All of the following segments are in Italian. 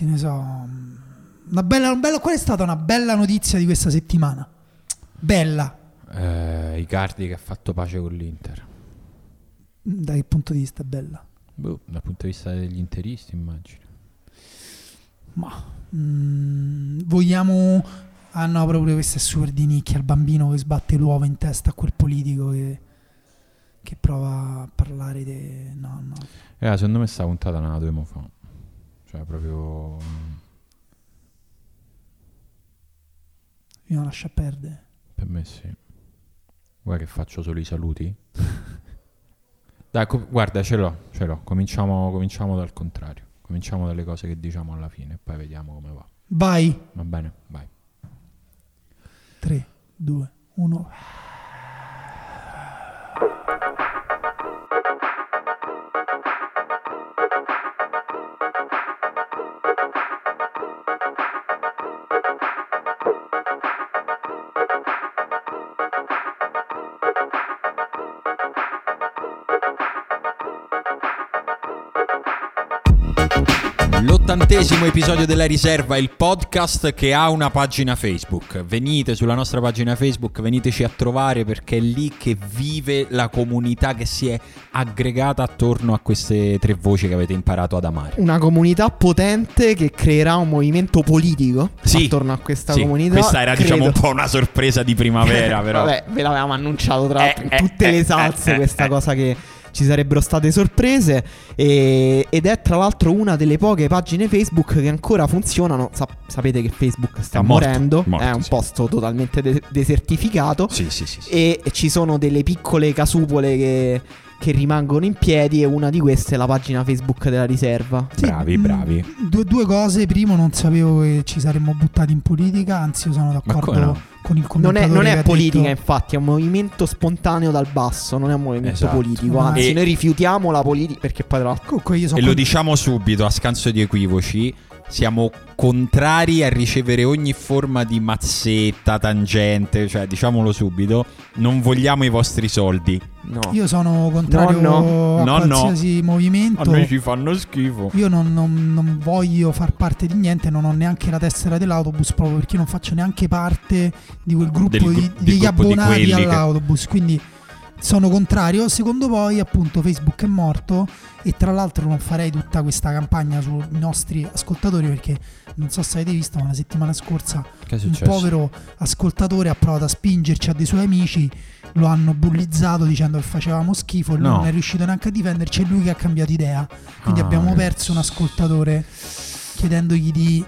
che ne so, qual è stata una bella notizia di questa settimana? Bella. Icardi che ha fatto pace con l'Inter. Da che punto di vista è bella? Dal punto di vista degli interisti, immagino. Ma vogliamo... Ah no, proprio questo è super di nicchia, il bambino che sbatte l'uovo in testa a quel politico che prova a parlare di... No. Secondo me sta puntata non la dobbiamo fare. Cioè proprio... Io non lascio perdere. Per me sì. Guarda che faccio solo i saluti. Dai, guarda, ce l'ho. Cominciamo dal contrario. Cominciamo dalle cose che diciamo alla fine e poi vediamo come va. Vai. Va bene, vai. 3, 2, 1. L'80° episodio della Riserva, il podcast che ha una pagina Facebook. Venite sulla nostra pagina Facebook, veniteci a trovare perché è lì che vive la comunità che si è aggregata attorno a queste 3 voci che avete imparato ad amare. Una comunità potente che creerà un movimento politico attorno a questa comunità. Questa era diciamo un po' una sorpresa di primavera però. Vabbè, ve l'avevamo annunciato tra l'altro in tutte le salse questa cosa che ci sarebbero state sorprese ed è tra l'altro una delle poche pagine Facebook che ancora funzionano. Sapete che Facebook sta morendo, è un posto totalmente desertificato. Sì. E ci sono delle piccole casupole che rimangono in piedi e una di queste è la pagina Facebook della Riserva. Sì, bravi. Due cose. Primo, non sapevo che ci saremmo buttati in politica, anzi io sono d'accordo con il commentatore. Non è politica, detto... infatti, è un movimento spontaneo dal basso, non è un movimento politico. No, anzi, noi rifiutiamo la politica perché poi tra l'altro... lo diciamo subito, a scanso di equivoci, siamo contrari a ricevere ogni forma di mazzetta, tangente, cioè diciamolo subito, non vogliamo i vostri soldi. No. Io sono contrario a qualsiasi movimento. A noi ci fanno schifo. Io non voglio far parte di niente, non ho neanche la tessera dell'autobus proprio perché non faccio neanche parte di quel gruppo degli abbonati all'autobus, quindi sono contrario. Secondo poi appunto Facebook è morto e tra l'altro non farei tutta questa campagna sui nostri ascoltatori perché non so se avete visto ma la settimana scorsa un povero ascoltatore ha provato a spingerci a dei suoi amici, lo hanno bullizzato dicendo che facevamo schifo e lui non è riuscito neanche a difenderci, è lui che ha cambiato idea, quindi abbiamo perso un ascoltatore chiedendogli di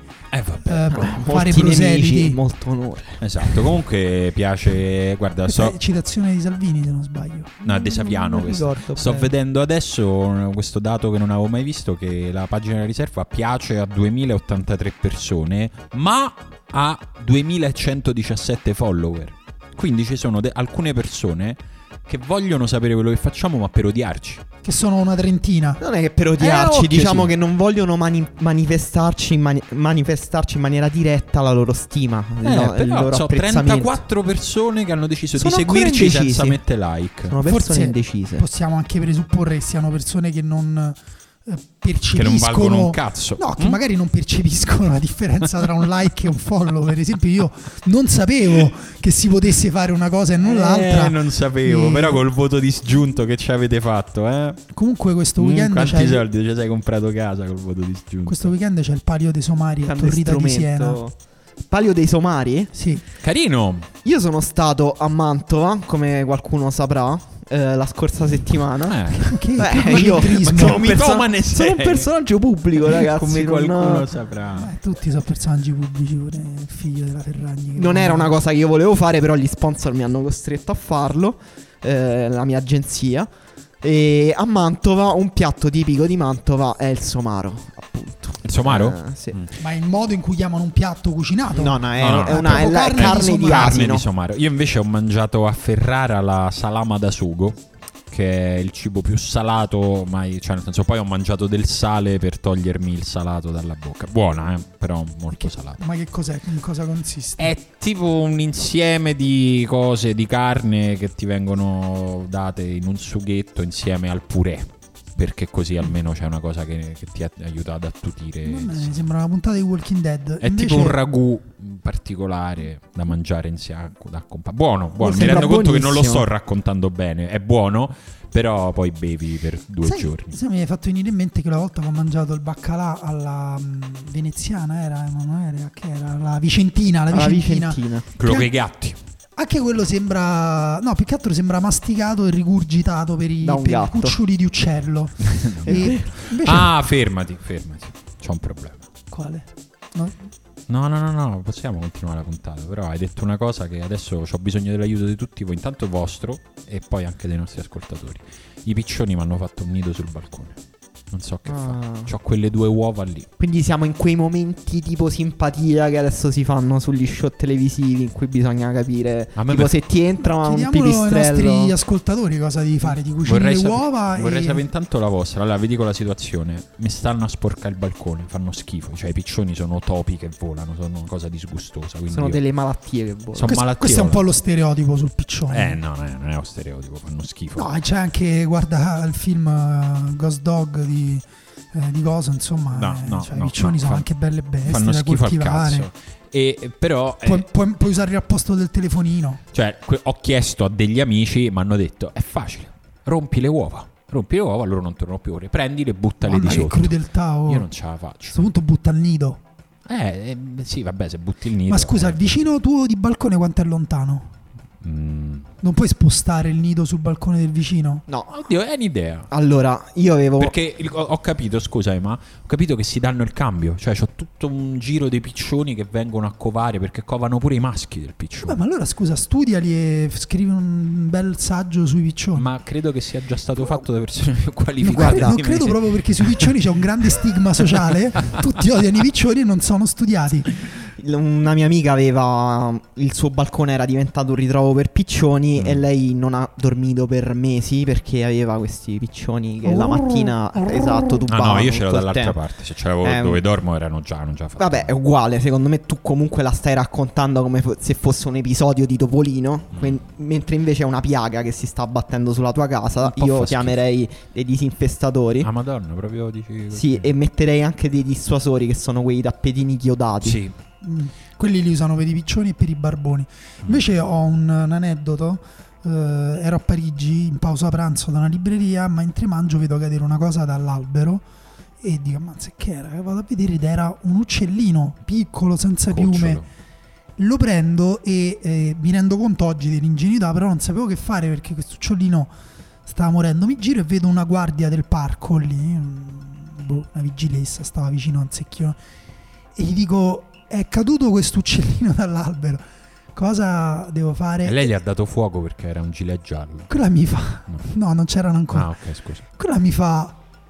fare proseliti. Molto onore. Esatto, comunque piace, guarda, citazione di Salvini se non sbaglio. No, De Saviano questo. Sto vedendo adesso questo dato che non avevo mai visto, che la pagina della Riserva piace a 2083 persone, ma ha 2117 follower. Quindi ci sono alcune persone che vogliono sapere quello che facciamo ma per odiarci. Che sono una trentina. Non è che per odiarci, diciamo che non vogliono manifestarci in maniera diretta la loro stima, il loro so, apprezzamento. 34 persone che hanno deciso di seguirci senza mettere like. Sono persone indecise. Possiamo anche presupporre che siano persone che non percepiscono, che non valgono un cazzo. No, che magari non percepiscono la differenza tra un like e un follow. Per esempio io non sapevo che si potesse fare una cosa e non l'altra. Non sapevo, però col voto disgiunto che ci avete fatto, Comunque questo weekend quanti soldi ci sei comprato casa col voto disgiunto? Questo weekend c'è il Palio dei Somari a Torrita di Siena. Palio dei Somari? Sì. Carino. Io sono stato a Mantova, come qualcuno saprà, la scorsa settimana. Io sono un personaggio pubblico, ragazzi. Come qualcuno saprà. Tutti sono personaggi pubblici, pure il figlio della Ferragni. Non era una cosa che io volevo fare, però gli sponsor mi hanno costretto a farlo, la mia agenzia. E a Mantova un piatto tipico di Mantova è il somaro, appunto. Il somaro? Sì. Ma il modo in cui chiamano un piatto cucinato? No, è la carne di asino. Di somaro. Io invece ho mangiato a Ferrara la salama da sugo, che è il cibo più salato mai, cioè nel senso, poi ho mangiato del sale per togliermi il salato dalla bocca. Buona, però molto salata. Ma che cos'è? In cosa consiste? È tipo un insieme di cose, di carne che ti vengono date in un sughetto insieme al purè. perché così almeno c'è una cosa che ti aiuta ad attutire. Mi sembra una puntata di Walking Dead. È tipo un ragù particolare da mangiare insieme da buono. Mi rendo conto che non lo sto raccontando bene. È buono, però poi bevi per 2 giorni. Sai, mi hai fatto venire in mente che la volta che ho mangiato il baccalà alla veneziana era la Vicentina. Quello con i gatti. Anche quello sembra, no, più che altro sembra masticato e rigurgitato per i cuccioli di uccello. Invece... fermati, c'ho un problema. Quale? No, possiamo continuare la puntata. Però hai detto una cosa che adesso ho bisogno dell'aiuto di tutti voi, intanto vostro e poi anche dei nostri ascoltatori. I piccioni mi hanno fatto un nido sul balcone. Non so che fa. C'ho quelle 2 uova lì. Quindi siamo in quei momenti tipo simpatia che adesso si fanno sugli show televisivi, in cui bisogna capire tipo se ti entra un pipistrello. Ai nostri ascoltatori cosa devi fare. Ti cucini le uova. Vorrei sapere intanto la vostra. Allora vi dico la situazione. Mi stanno a sporcare il balcone, fanno schifo. Cioè i piccioni sono topi che volano, sono una cosa disgustosa. Sono delle malattie che volano. Questo è un po' lo stereotipo sul piccione. No, non è lo stereotipo, fanno schifo. No, c'è anche, guarda il film Ghost Dog di cosa, insomma, i piccioni sono anche belle bestie, fanno da schifo coltivare. al cazzo. Però puoi usare al posto del telefonino. Cioè ho chiesto a degli amici, mi hanno detto è facile, rompi le uova, loro non tornano più, prendile e buttale di sotto. Che crudeltà. Io non ce la faccio. A questo punto butta il nido. Sì, vabbè, se butti il nido. Ma scusa, il vicino tuo di balcone quanto è lontano? Non puoi spostare il nido sul balcone del vicino? No. Oddio, è un'idea. Allora, io avevo... Perché ho capito, scusami, ma ho capito che si danno il cambio. Cioè, c'ho tutto un giro dei piccioni che vengono a covare, perché covano pure i maschi del piccione. Ma allora, scusa, studiali e scrivi un bel saggio sui piccioni. Ma credo che sia già stato fatto da persone più qualificate. Non credo proprio, perché sui piccioni c'è un grande stigma sociale. Tutti odiano i piccioni e non sono studiati. Una mia amica aveva, il suo balcone era diventato un ritrovo per piccioni e lei non ha dormito per mesi perché aveva questi piccioni che la mattina tubavano. No, io ce l'ho dall'altra parte. Se ce l'avevo dove dormo erano già fatti. Vabbè, è uguale, secondo me tu comunque la stai raccontando come se fosse un episodio di Topolino, mentre invece è una piaga che si sta abbattendo sulla tua casa. Io chiamerei dei disinfestatori. Ah, Madonna, proprio dici così. Sì, e metterei anche dei dissuasori, che sono quei tappetini chiodati. Sì. Quelli li usano per i piccioni e per i barboni. Invece ho un aneddoto. Ero a Parigi in pausa pranzo da una libreria, mentre mangio vedo cadere una cosa dall'albero e dico ammazza, che era? Vado a vedere ed era un uccellino piccolo senza piume. Lo prendo e mi rendo conto oggi dell'ingenuità, però non sapevo che fare perché questo uccellino stava morendo. Mi giro e vedo una guardia del parco lì, una vigilessa, stava vicino a un secchio, e gli dico: è caduto questo uccellino dall'albero, cosa devo fare? E lei gli ha dato fuoco perché era un gilet giallo. Quella mi fa no, non c'erano ancora. Ok, scusa. Quella mi fa: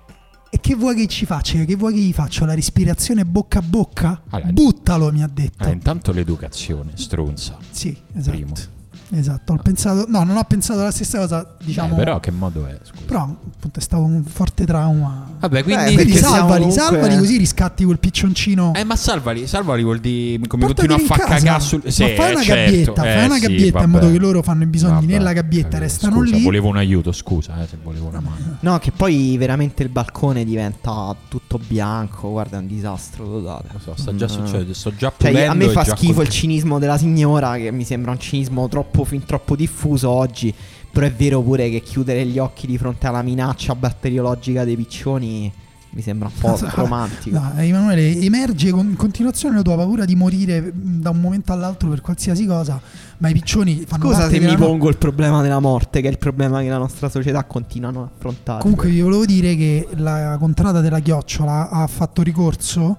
e che vuoi che ci faccia? Che vuoi che gli faccio? La respirazione bocca a bocca? Allora, buttalo, mi ha detto. Intanto l'educazione stronza. Sì, esatto. Primo. Esatto, ho pensato, no, non ho pensato la stessa cosa, diciamo. Però che modo è? Scusa. Però appunto è stato un forte trauma. Vabbè, quindi salvali così riscatti quel piccioncino. Ma salvali vuol dire come continuo a far cagare sul. Sì, ma fai una gabbietta, vabbè, in modo che loro fanno i bisogni nella gabbietta, restano scusa, lì. Volevo un aiuto, scusa, se volevo una mano. No, che poi veramente il balcone diventa tutto bianco, guarda, è un disastro totale. Lo so, sta già succedendo, sto già pulendo. Cioè, a me fa schifo il cinismo della signora, che mi sembra un cinismo fin troppo diffuso oggi. Però è vero pure che chiudere gli occhi di fronte alla minaccia batteriologica dei piccioni mi sembra un po' romantico. No, Emanuele, emerge in continuazione la tua paura di morire da un momento all'altro per qualsiasi cosa, ma i piccioni fanno Scusa parte se mi pongo il problema della morte, che è il problema che la nostra società continua a non affrontare. Comunque vi volevo dire che la contrada della Chiocciola ha fatto ricorso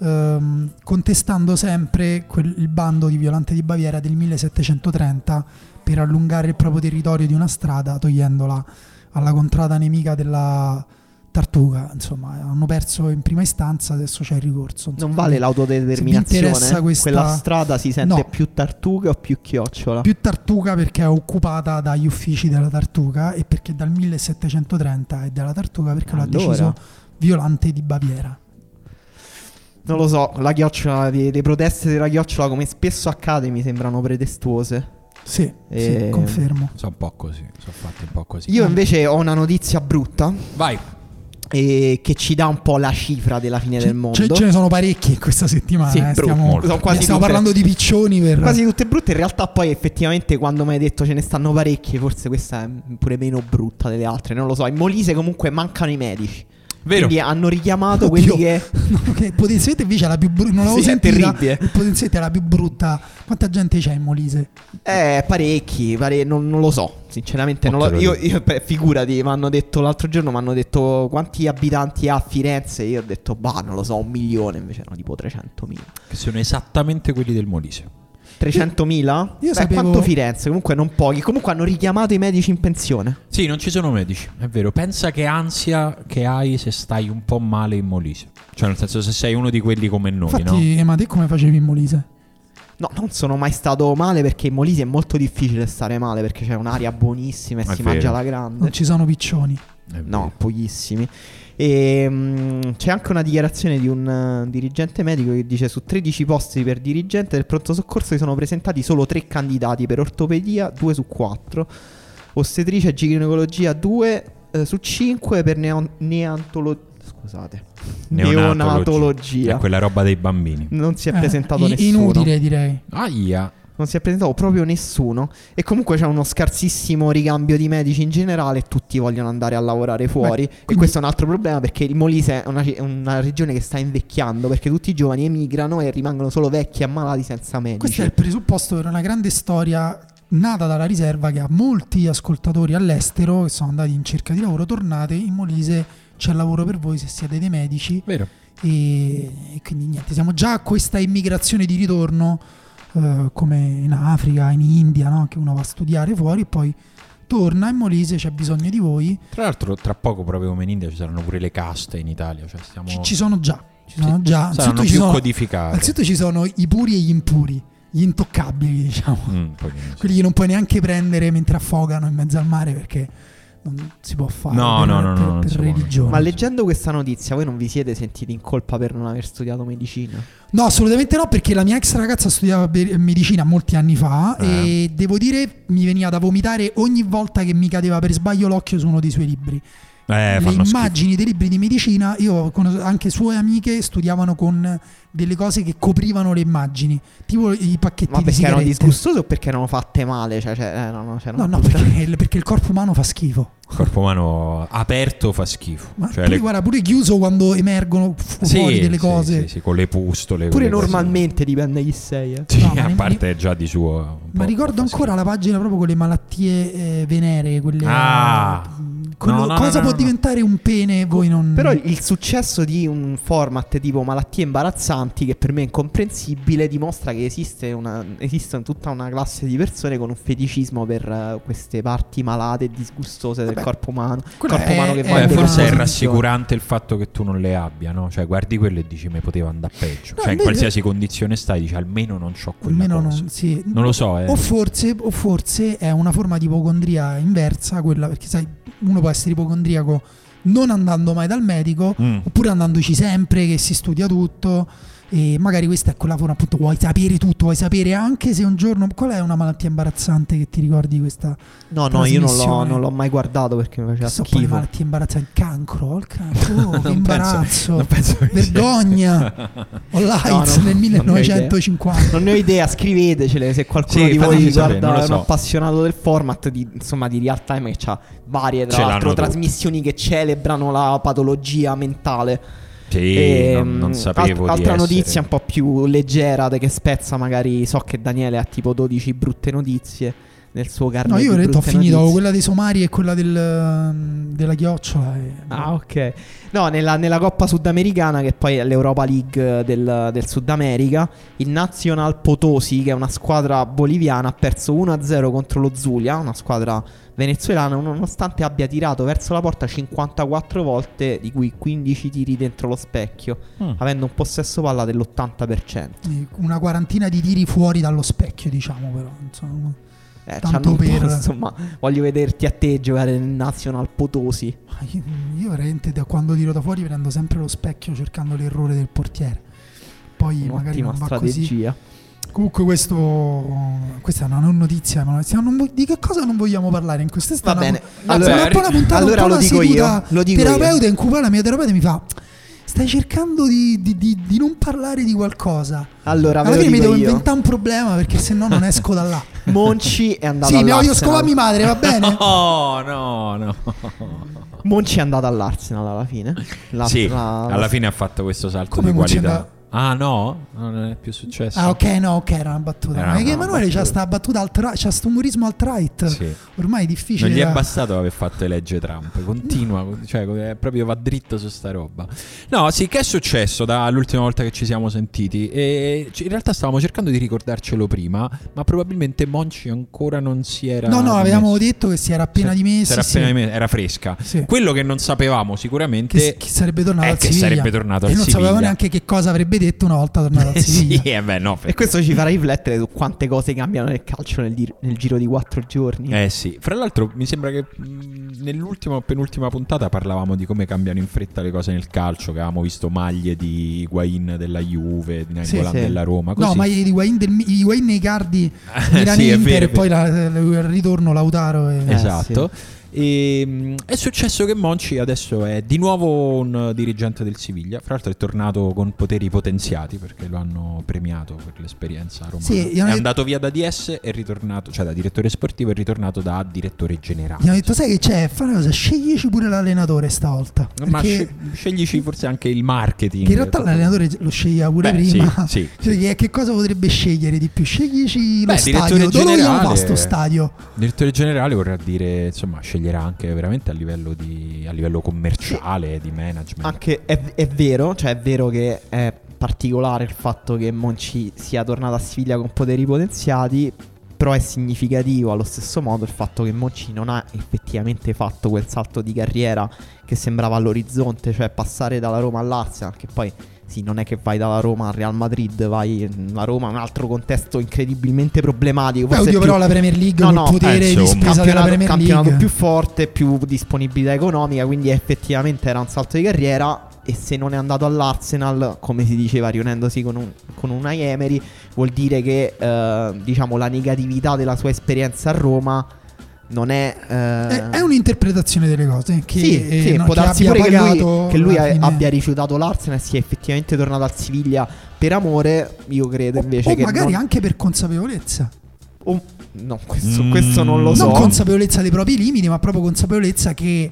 contestando sempre il bando di Violante di Baviera del 1730 per allungare il proprio territorio di una strada, togliendola alla contrada nemica della Tartuca. Insomma, hanno perso in prima istanza, adesso c'è il ricorso. Insomma, non vale l'autodeterminazione. Quella strada si sente più Tartuca o più Chiocciola? Più Tartuca, perché è occupata dagli uffici della Tartuca, e perché dal 1730 è della Tartuca perché l'ha deciso Violante di Baviera. Non lo so, la Chiocciola, le proteste della Chiocciola, come spesso accade, mi sembrano pretestuose. Sì, confermo. Sono un po' così, sono fatti un po' così. Io invece ho una notizia brutta. Vai. e che ci dà un po' la cifra della fine del mondo. Ce ne sono parecchi in questa settimana. Sì, stiamo parlando di piccioni quasi tutte brutte. In realtà poi effettivamente quando mi hai detto ce ne stanno parecchie, forse questa è pure meno brutta delle altre, non lo so. In Molise comunque mancano i medici. Vero. Quindi hanno richiamato quelli che potenzialmente invece è la più brutta. Non l'avevo sentita. Potenzialmente è la più brutta. Quanta gente c'è in Molise? Parecchi. Non lo so. Sinceramente non lo, io figurati, mi hanno detto l'altro giorno, mi hanno detto quanti abitanti ha Firenze. Io ho detto non lo so, 1 milione. Invece no, tipo 300.000. Che sono esattamente quelli del Molise. 300.000? Io sapevo... quanto Firenze? Comunque non pochi. Comunque hanno richiamato i medici in pensione. Sì, non ci sono medici, è vero. Pensa che ansia che hai se stai un po' male in Molise. Cioè nel senso, se sei uno di quelli come noi. Infatti, no? Ma te come facevi in Molise? No, non sono mai stato male, perché in Molise è molto difficile stare male, perché c'è un'aria buonissima e si mangia alla grande. Non ci sono piccioni. No, pochissimi. E c'è anche una dichiarazione di un dirigente medico che dice: su 13 posti per dirigente del pronto soccorso si sono presentati solo 3 candidati, per ortopedia 2 su 4, ostetricia e ginecologia 2 su 5, per neonatologia. È quella roba dei bambini. Non si è presentato nessuno. Inutile, direi. Aia. Non si è presentato proprio nessuno. E comunque c'è uno scarsissimo ricambio di medici in generale. Tutti vogliono andare a lavorare fuori. Quindi... E questo è un altro problema, perché il Molise è una regione che sta invecchiando, perché tutti i giovani emigrano e rimangono solo vecchi e ammalati senza medici. Questo è il presupposto per una grande storia nata dalla riserva, che ha molti ascoltatori all'estero che sono andati in cerca di lavoro. Tornate in Molise, c'è lavoro per voi se siete dei medici. Vero. E quindi niente, siamo già a questa immigrazione di ritorno, come in Africa, in India, no? Che uno va a studiare fuori e poi torna in Molise, c'è bisogno di voi. Tra l'altro tra poco, proprio come in India, ci saranno pure le caste in Italia, cioè ci sono già. Saranno più codificate. Anzitutto ci sono i puri e gli impuri, gli intoccabili, diciamo, quelli che non puoi neanche prendere mentre affogano in mezzo al mare, perché non si può fare per religione. Ma leggendo questa notizia, voi non vi siete sentiti in colpa per non aver studiato medicina? No, assolutamente no, perché la mia ex ragazza studiava medicina molti anni fa e devo dire mi veniva da vomitare ogni volta che mi cadeva per sbaglio l'occhio su uno dei suoi libri. Le immagini dei libri di medicina, io anche sue amiche studiavano con delle cose che coprivano le immagini, tipo i pacchetti di sigarette. Ma perché erano disgustose o perché erano fatte male? No, perché il corpo umano fa schifo. Il corpo umano aperto fa schifo. Ma guarda, pure chiuso, quando emergono fuori delle cose. Sì, con le pustole. Pure normalmente dipende chi sei. Sì, no, a parte già di suo. Ma ricordo ancora la pagina proprio con le malattie venere, quelle... cosa può diventare un pene? Voi non... Però il successo di un format tipo malattie imbarazzanti, che per me è incomprensibile, dimostra che esiste tutta una classe di persone con un feticismo per queste parti malate e disgustose del corpo umano. Forse è rassicurante il fatto che tu non le abbia, no? Cioè guardi quello e dici: mi poteva andare peggio. Cioè in qualsiasi condizione stai, dici almeno non c'ho quella cosa. Non lo so. O forse è una forma di ipocondria inversa, quella, perché sai, uno può essere ipocondriaco non andando mai dal medico, oppure andandoci sempre, che si studia tutto, e magari questa è quella forma, appunto, vuoi sapere tutto, vuoi sapere anche se un giorno... Qual è una malattia imbarazzante che ti ricordi questa? No, io non l'ho mai guardato perché mi faceva schifo. Poi malattie imbarazzanti, il cancro, che imbarazzo, vergogna, o l'AIDS nel 1950. Non ne ho idea, scrivetecele se qualcuno di voi guarda, è un appassionato del format di real time, che ha varie tra l'altro trasmissioni che celebrano la patologia mentale. Sì, non sapevo altra notizia un po' più leggera, che spezza magari. So che Daniele ha tipo 12 brutte notizie nel suo carnet. No, io in realtà ho finito quella dei somari e quella della chiocciola. Ok. No, nella Coppa Sudamericana, che poi è l'Europa League del Sud America, il Nacional Potosí, che è una squadra boliviana, ha perso 1-0 contro lo Zulia, una squadra venezuelana, nonostante abbia tirato verso la porta 54 volte, di cui 15 tiri dentro lo specchio, avendo un possesso palla dell'80%. Una quarantina di tiri fuori dallo specchio, diciamo, però insomma, tanto per... insomma, voglio vederti a te giocare nel Nacional Potosí. Io veramente da quando tiro da fuori prendo sempre lo specchio cercando l'errore del portiere. Poi magari non va strategia. Così. Comunque questa è una non notizia, ma di che cosa non vogliamo parlare in questa Va bene. Allora lo dico io. Terapeuta in cui poi la mia terapeuta mi fa: stai cercando di non parlare di qualcosa. Allora alla fine mi devo inventare un problema, perché se no non esco da là. Monchi è andato all'Arsenal. Sì, mi voglio scopare mia madre, va bene? No. Monchi è andato all'Arsenal alla fine. Sì, alla fine ha fatto questo salto di qualità. Ah no? Non è più successo. Ah ok, era una battuta. Ma che Emanuele c'ha sta battuta c'ha sto umorismo alt-right. Sì. Ormai è difficile. Non gli è bastato aver fatto elegge Trump. Continua, cioè proprio va dritto su sta roba. No, sì, che è successo dall'ultima volta che ci siamo sentiti? E in realtà stavamo cercando di ricordarcelo prima, ma probabilmente Monchi ancora non si era No, avevamo detto che si era appena dimesso. Era fresca. Sì. Quello che non sapevamo sicuramente che sarebbe tornato al Siviglia. Che sarebbe tornato al Siviglia. E non sapevamo neanche che cosa avrebbe detto una volta tornato al Siviglia. Sì, no, e questo ci farà riflettere su quante cose cambiano nel calcio nel giro di 4 giorni. Sì, fra l'altro mi sembra che nell'ultima o penultima puntata parlavamo di come cambiano in fretta le cose nel calcio, che avevamo visto maglie di Higuain della Juve, Nainggolan della Roma, così. No, maglie di Higuain nei Icardi Milan Inter, e poi il ritorno Lautaro esatto. E è successo che Monchi adesso è di nuovo un dirigente del Siviglia. Fra l'altro è tornato con poteri potenziati, perché lo hanno premiato per l'esperienza romana. Sì, è andato via da DS, è ritornato, cioè da direttore sportivo, è ritornato da direttore generale. Mi hanno detto: sai che c'è? Fai una cosa, sceglici pure l'allenatore stavolta. Ma sceglici forse anche il marketing. Che in realtà l'allenatore lo sceglieva pure prima. Sì. Cioè, che cosa potrebbe scegliere di più? Sceglici lo stadio. Dove vogliamo fare sto stadio? Direttore generale vorrà dire, insomma, scegliere anche veramente a livello commerciale, di management. Anche è vero, cioè è vero che è particolare il fatto che Monchi sia tornato a Siviglia con poteri potenziati, però è significativo allo stesso modo il fatto che Monchi non ha effettivamente fatto quel salto di carriera che sembrava all'orizzonte, cioè passare dalla Roma all'Arsenal, che poi sì, non è che vai dalla Roma al Real Madrid, vai la Roma, un altro contesto incredibilmente problematico. Però la Premier League, il potere di spesa della Premier League, campionato più forte, più disponibilità economica, quindi effettivamente era un salto di carriera. E se non è andato all'Arsenal, come si diceva riunendosi con Unai Emery, vuol dire che diciamo la negatività della sua esperienza a Roma non è un'interpretazione delle cose che può darsi che pure che lui abbia rifiutato l'Arsenal e sia effettivamente tornato al Siviglia per amore. Io credo invece che magari anche per consapevolezza. No, questo non lo so. Non consapevolezza dei propri limiti, ma proprio consapevolezza che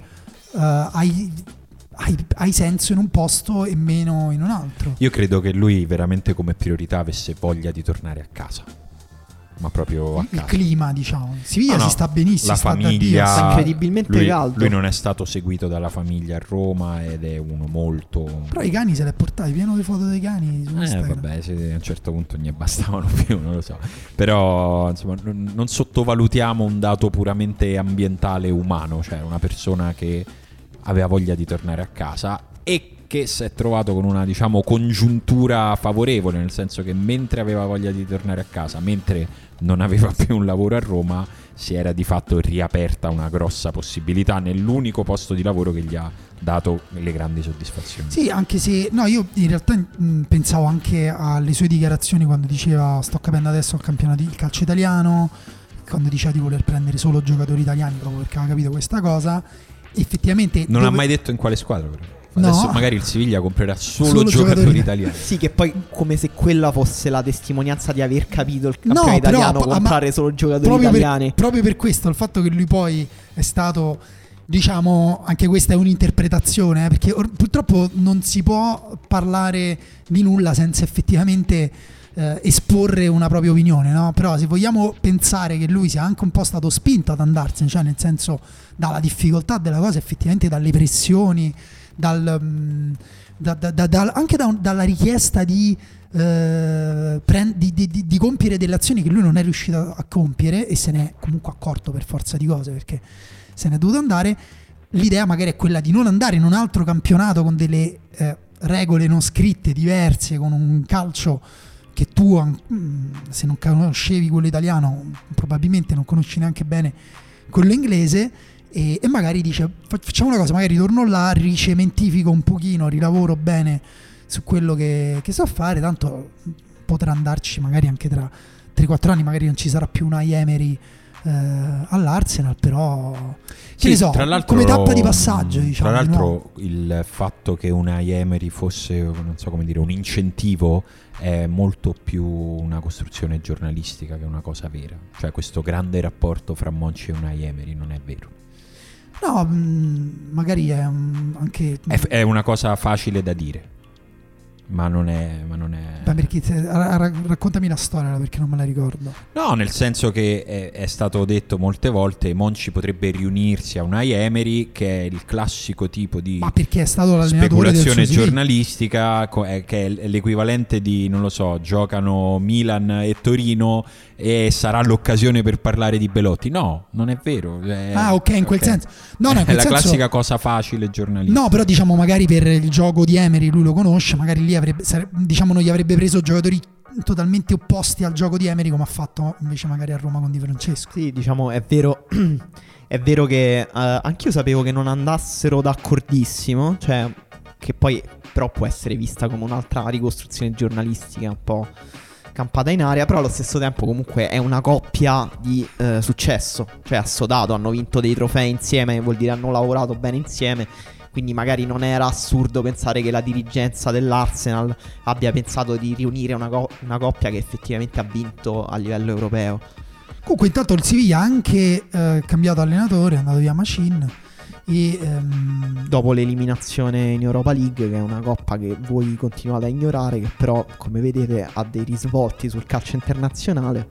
hai senso in un posto e meno in un altro. Io credo che lui veramente come priorità avesse voglia di tornare a casa. Ma proprio a casa. Il clima, diciamo. Siviglia si sta benissimo. La famiglia sta incredibilmente caldo. Lui non è stato seguito dalla famiglia a Roma ed è uno molto. Però i cani se li ha portati, pieno di foto dei cani su Instagram. Vabbè, a un certo punto ne bastavano più, non lo so. Però insomma non sottovalutiamo un dato puramente ambientale umano, cioè una persona che aveva voglia di tornare a casa e che si è trovato con una, diciamo, congiuntura favorevole, nel senso che mentre aveva voglia di tornare a casa, mentre non aveva più un lavoro a Roma, si era di fatto riaperta una grossa possibilità nell'unico posto di lavoro che gli ha dato le grandi soddisfazioni. Sì, anche se io in realtà pensavo anche alle sue dichiarazioni quando diceva sto capendo adesso il calcio italiano, quando diceva di voler prendere solo giocatori italiani proprio perché aveva capito questa cosa. Effettivamente non ha mai detto in quale squadra però. Adesso magari il Siviglia comprerà solo giocatori italiani. Sì, che poi come se quella fosse la testimonianza di aver capito il campionato italiano, comprare solo giocatori italiani. Proprio per questo, il fatto che lui poi è stato, diciamo, anche questa è un'interpretazione, perché purtroppo non si può parlare di nulla senza effettivamente esporre una propria opinione, no? Però se vogliamo pensare che lui sia anche un po' stato spinto ad andarsene, cioè nel senso dalla difficoltà della cosa, effettivamente dalle pressioni, anche dalla richiesta di compiere delle azioni che lui non è riuscito a compiere e se ne è comunque accorto per forza di cose perché se ne è dovuto andare. L'idea magari è quella di non andare in un altro campionato con delle regole non scritte diverse, con un calcio che tu, se non conoscevi quello italiano, probabilmente non conosci neanche bene quello inglese, e magari dice facciamo una cosa, magari torno là, ricementifico un pochino, rilavoro bene su quello che so fare, tanto potrà andarci magari anche tra 3-4 anni, magari non ci sarà più una Emery all'Arsenal, però che ne so, come tappa di passaggio, diciamo. Tra l'altro il fatto che una Emery fosse, non so come dire, un incentivo è molto più una costruzione giornalistica che una cosa vera. Cioè questo grande rapporto fra Monchi e una Emery non è vero. No, magari è anche è una cosa facile da dire. Ma non è. Beh, perché raccontami la storia, perché non me la ricordo. No, nel senso che è stato detto molte volte Monchi potrebbe riunirsi a una Emery, che è il classico tipo di perché è stato l'allenatore speculazione giornalistica, che è l'equivalente di, non lo so, giocano Milan e Torino e sarà l'occasione per parlare di Belotti. No, non è vero. Ok, in quel senso. No, in quel è la senso, classica cosa facile giornalistica. No, però diciamo magari per il gioco di Emery lui lo conosce, magari lì non gli avrebbe preso giocatori totalmente opposti al gioco di Emery, come ha fatto invece magari a Roma con Di Francesco. Sì, diciamo è vero è vero che anch'io sapevo che non andassero d'accordissimo, cioè che poi però può essere vista come un'altra ricostruzione giornalistica un po' campata in aria, però allo stesso tempo comunque è una coppia di successo, cioè assodato, hanno vinto dei trofei insieme, vuol dire hanno lavorato bene insieme. Quindi magari non era assurdo pensare che la dirigenza dell'Arsenal abbia pensato di riunire una coppia che effettivamente ha vinto a livello europeo. Comunque intanto il Siviglia ha anche cambiato allenatore, è andato via Machin. E dopo l'eliminazione in Europa League, che è una coppa che voi continuate a ignorare, che però come vedete ha dei risvolti sul calcio internazionale.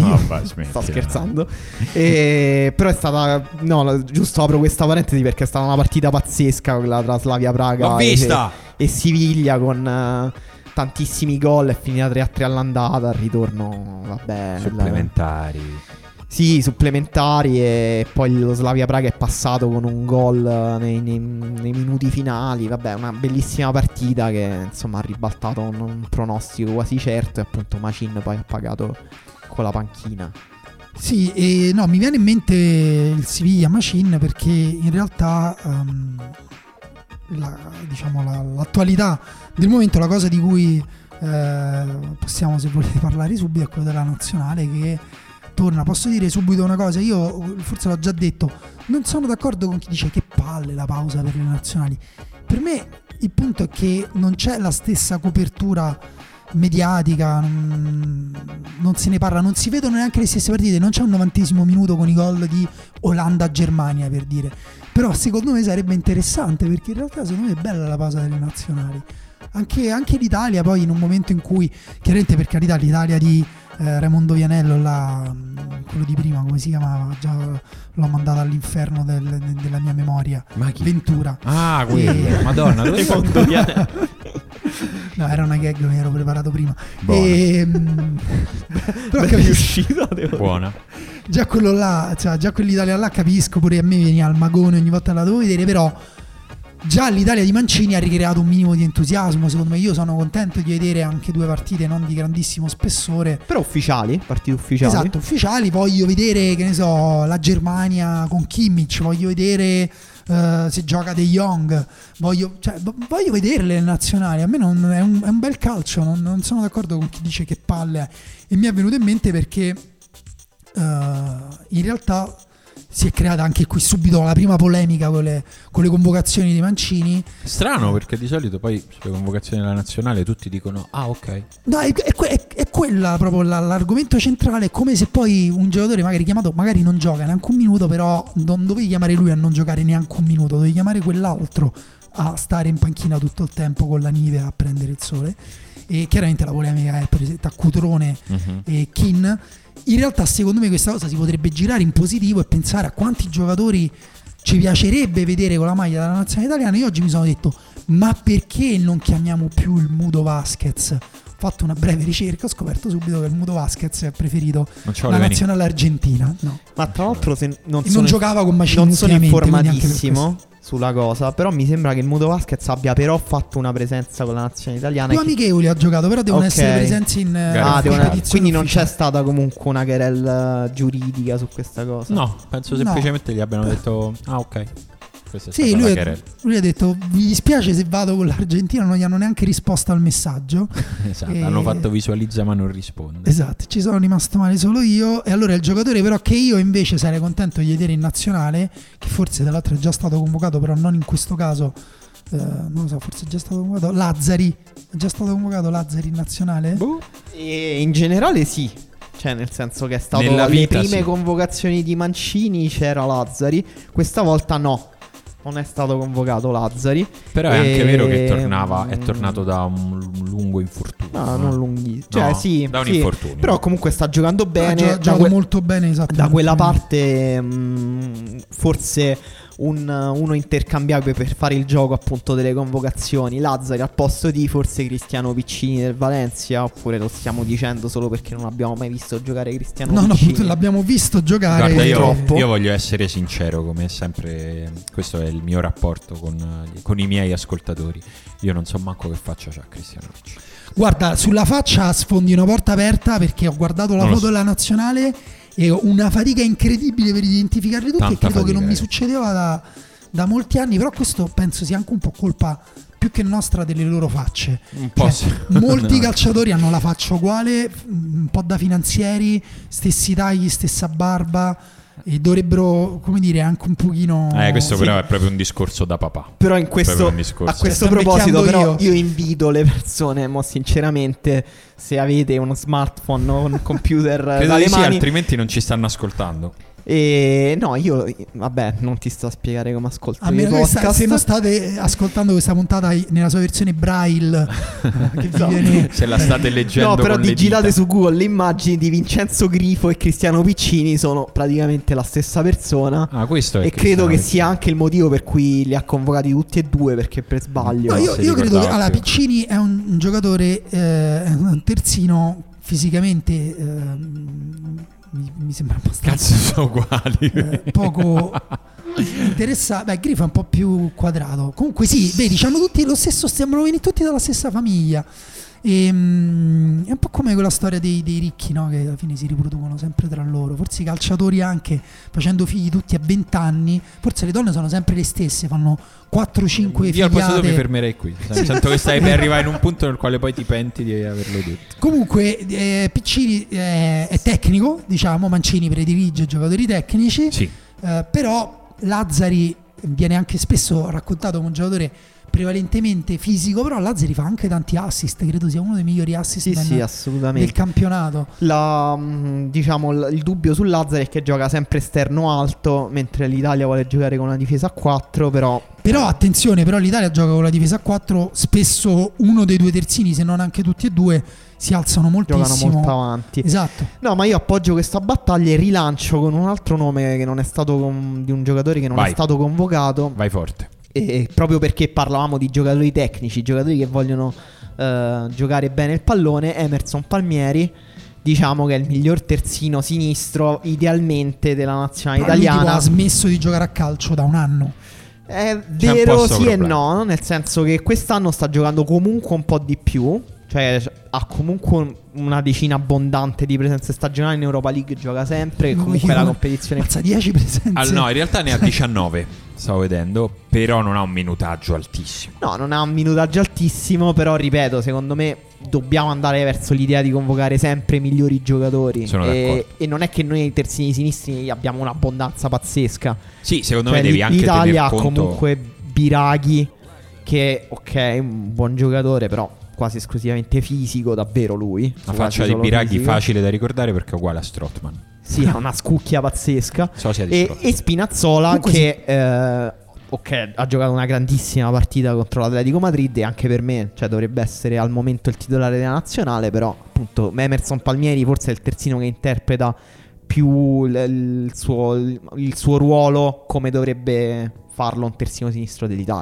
Sto scherzando. Però è stata, no, giusto apro questa parentesi perché è stata una partita pazzesca quella tra Slavia Praga e Siviglia, con tantissimi gol. È finita 3-3 all'andata, al ritorno vabbè, supplementari. Sì, supplementari, e poi lo Slavia Praga è passato con un gol nei minuti finali. Vabbè, una bellissima partita che insomma ha ribaltato un pronostico quasi certo, e appunto Machin poi ha pagato con la panchina. Sì, e no, mi viene in mente il Siviglia Machin perché in realtà l'attualità del momento, la cosa di cui possiamo, se volete, parlare subito è quella della nazionale che torna. Posso dire subito una cosa, io forse l'ho già detto, non sono d'accordo con chi dice che palle la pausa per le nazionali. Per me il punto è che non c'è la stessa copertura mediatica, non se ne parla, non si vedono neanche le stesse partite, non c'è un 90° minuto con i gol di Olanda-Germania, per dire. Però secondo me sarebbe interessante, perché in realtà secondo me è bella la pausa delle nazionali. Anche l'Italia poi, in un momento in cui, chiaramente, per carità, l'Italia di Raimondo Vianello, quello di prima, come si chiamava? Già l'ho mandato all'inferno della mia memoria. Ma chi? Ventura. Ah, quello. Madonna, dove Raimondo Vianello? No, era una gag, mi ero preparato prima. Però è riuscito. Buona. Già quello là, cioè già quell'Italia là capisco, pure a me veniva al magone ogni volta la devo vedere, però già l'Italia di Mancini ha ricreato un minimo di entusiasmo, secondo me. Io sono contento di vedere anche due partite non di grandissimo spessore, però ufficiali, partite ufficiali. Esatto, ufficiali. Voglio vedere, che ne so, la Germania con Kimmich, voglio vedere se gioca De Jong, voglio vederle le nazionali. A me è un bel calcio, non sono d'accordo con chi dice che palle. E mi è venuto in mente perché in realtà si è creata anche qui subito la prima polemica con le convocazioni di Mancini. Strano, perché di solito poi sulle convocazioni della nazionale tutti dicono ah, ok. No, è quella proprio l'argomento centrale. È come se poi un giocatore magari chiamato, magari non gioca neanche un minuto, però non dovevi chiamare lui a non giocare neanche un minuto, dovevi chiamare quell'altro a stare in panchina tutto il tempo con la neve a prendere il sole. E chiaramente la polemica è tra Cutrone e Keane. In realtà secondo me questa cosa si potrebbe girare in positivo e pensare a quanti giocatori ci piacerebbe vedere con la maglia della nazionale italiana. Io oggi mi sono detto, ma perché non chiamiamo più il Mudo Vasquez? Ho fatto una breve ricerca, ho scoperto subito che il Mudo Vasquez è preferito la nazionale argentina. No. Ma tra l'altro non giocava con Macini, non sono informatissimo sulla cosa, però mi sembra che il Mudo Vasquez abbia però fatto una presenza con la nazionale italiana. Due amichevoli ha giocato, però devono essere presenze in quindi non c'è stata comunque una querela giuridica su questa cosa. No, penso semplicemente gli abbiano detto ah, ok. Sì, lui ha detto: vi dispiace se vado con l'Argentina, non gli hanno neanche risposto al messaggio. Esatto, hanno fatto visualizza ma non risponde. Esatto, ci sono rimasto male solo io. E allora il giocatore però che io invece sarei contento di vedere in nazionale, che forse tra l'altro è già stato convocato, però non in questo caso, non lo so, forse è già stato convocato Lazzari. È già stato convocato Lazzari in nazionale? E in generale sì. Cioè nel senso che è stato le prime convocazioni di Mancini c'era Lazzari, questa volta no, non è stato convocato Lazzari. Però è anche vero che è tornato da un lungo infortunio. No, non lunghissimo. Cioè sì, da un infortunio. Però comunque sta giocando bene. Ha giocato molto bene, esatto. Da quella parte forse uno intercambiabile per fare il gioco appunto delle convocazioni. Lazzari al posto di forse Cristiano Piccini del Valencia, oppure lo stiamo dicendo solo perché non abbiamo mai visto giocare Cristiano Piccini? No, l'abbiamo visto giocare. Guarda, io voglio essere sincero, come sempre. Questo è il mio rapporto con i miei ascoltatori. Io non so manco che faccia c'ha Cristiano Piccini. Guarda, sulla faccia sfondi una porta aperta, perché ho guardato la foto della nazionale e ho una fatica incredibile per identificarli tutti. E credo che non mi succedeva da molti anni. Però questo penso sia anche un po' colpa più che nostra delle loro facce. Molti calciatori hanno la faccia uguale, un po' da finanzieri, stessi tagli, stessa barba, e dovrebbero, come dire, anche un pochino. Questo però è proprio un discorso da papà. Però a questo proposito però io invito le persone, sinceramente, se avete uno smartphone o un computer dalle mani, altrimenti non ci stanno ascoltando. No, io vabbè, non ti sto a spiegare come ascolto i podcast. Se non state ascoltando questa puntata nella sua versione braille, se la state leggendo, no, però con digitate su Google le immagini di Vincenzo Grifo e Cristiano Piccini, sono praticamente la stessa persona. Questo è e credo che sia anche il motivo per cui li ha convocati tutti e due, perché per sbaglio. No, io credo che Piccini è un giocatore, un terzino fisicamente. Mi sembra abbastanza. Cazzo, sono uguali. Poco interessante. Beh, Grifo è un po' più quadrato. Comunque sì, vedi, hanno tutti lo stesso, sembrano venire tutti dalla stessa famiglia. È un po' come quella storia dei ricchi, no? Che alla fine si riproducono sempre tra loro. Forse i calciatori, anche facendo figli tutti a 20 anni, forse le donne sono sempre le stesse, fanno 4-5 figliate. Io al posto tuo mi fermerei qui. Sento che stai per arrivare in un punto nel quale poi ti penti di averlo detto. Comunque Piccini è tecnico, diciamo, Mancini predilige giocatori tecnici. Sì. Però Lazzari viene anche spesso raccontato come un giocatore prevalentemente fisico, però Lazzari fa anche tanti assist, credo sia uno dei migliori assist assolutamente, del campionato. Il dubbio su Lazzari è che gioca sempre esterno alto, mentre l'Italia vuole giocare con una difesa a 4, però attenzione, però l'Italia gioca con la difesa a 4, spesso uno dei due terzini, se non anche tutti e due, si alzano moltissimo, giocano molto avanti. Esatto. No, ma io appoggio questa battaglia e rilancio con un altro nome che non è stato di un giocatore che non è stato convocato. Vai forte. E proprio perché parlavamo di giocatori tecnici, giocatori che vogliono giocare bene il pallone, Emerson Palmieri, diciamo che è il miglior terzino sinistro idealmente della nazionale italiana. Ha smesso di giocare a calcio da un anno. È vero, sì e no, nel senso che quest'anno sta giocando comunque un po' di più. Cioè ha comunque una decina abbondante di presenze stagionali in Europa League, gioca sempre, comunque la competizione. 10 presenze. No, in realtà ne ha 19, stavo vedendo, però non ha un minutaggio altissimo. No, non ha un minutaggio altissimo, però ripeto, secondo me dobbiamo andare verso l'idea di convocare sempre i migliori giocatori. Sono d'accordo. E non è che noi ai terzini sinistri abbiamo un'abbondanza pazzesca. Sì, secondo me devi anche l'Italia ha conto... comunque Biraghi, che ok, è un buon giocatore, però quasi esclusivamente fisico, davvero lui. La faccia di Biraghi facile da ricordare perché è uguale a Strootman. Sì, ha una scucchia pazzesca. E Spinazzola comunque che ha giocato una grandissima partita contro l'Atletico Madrid, e anche per me, cioè, dovrebbe essere al momento il titolare della nazionale. Però appunto Emerson Palmieri forse è il terzino che interpreta più il suo ruolo come dovrebbe farlo un terzino sinistro dell'Italia.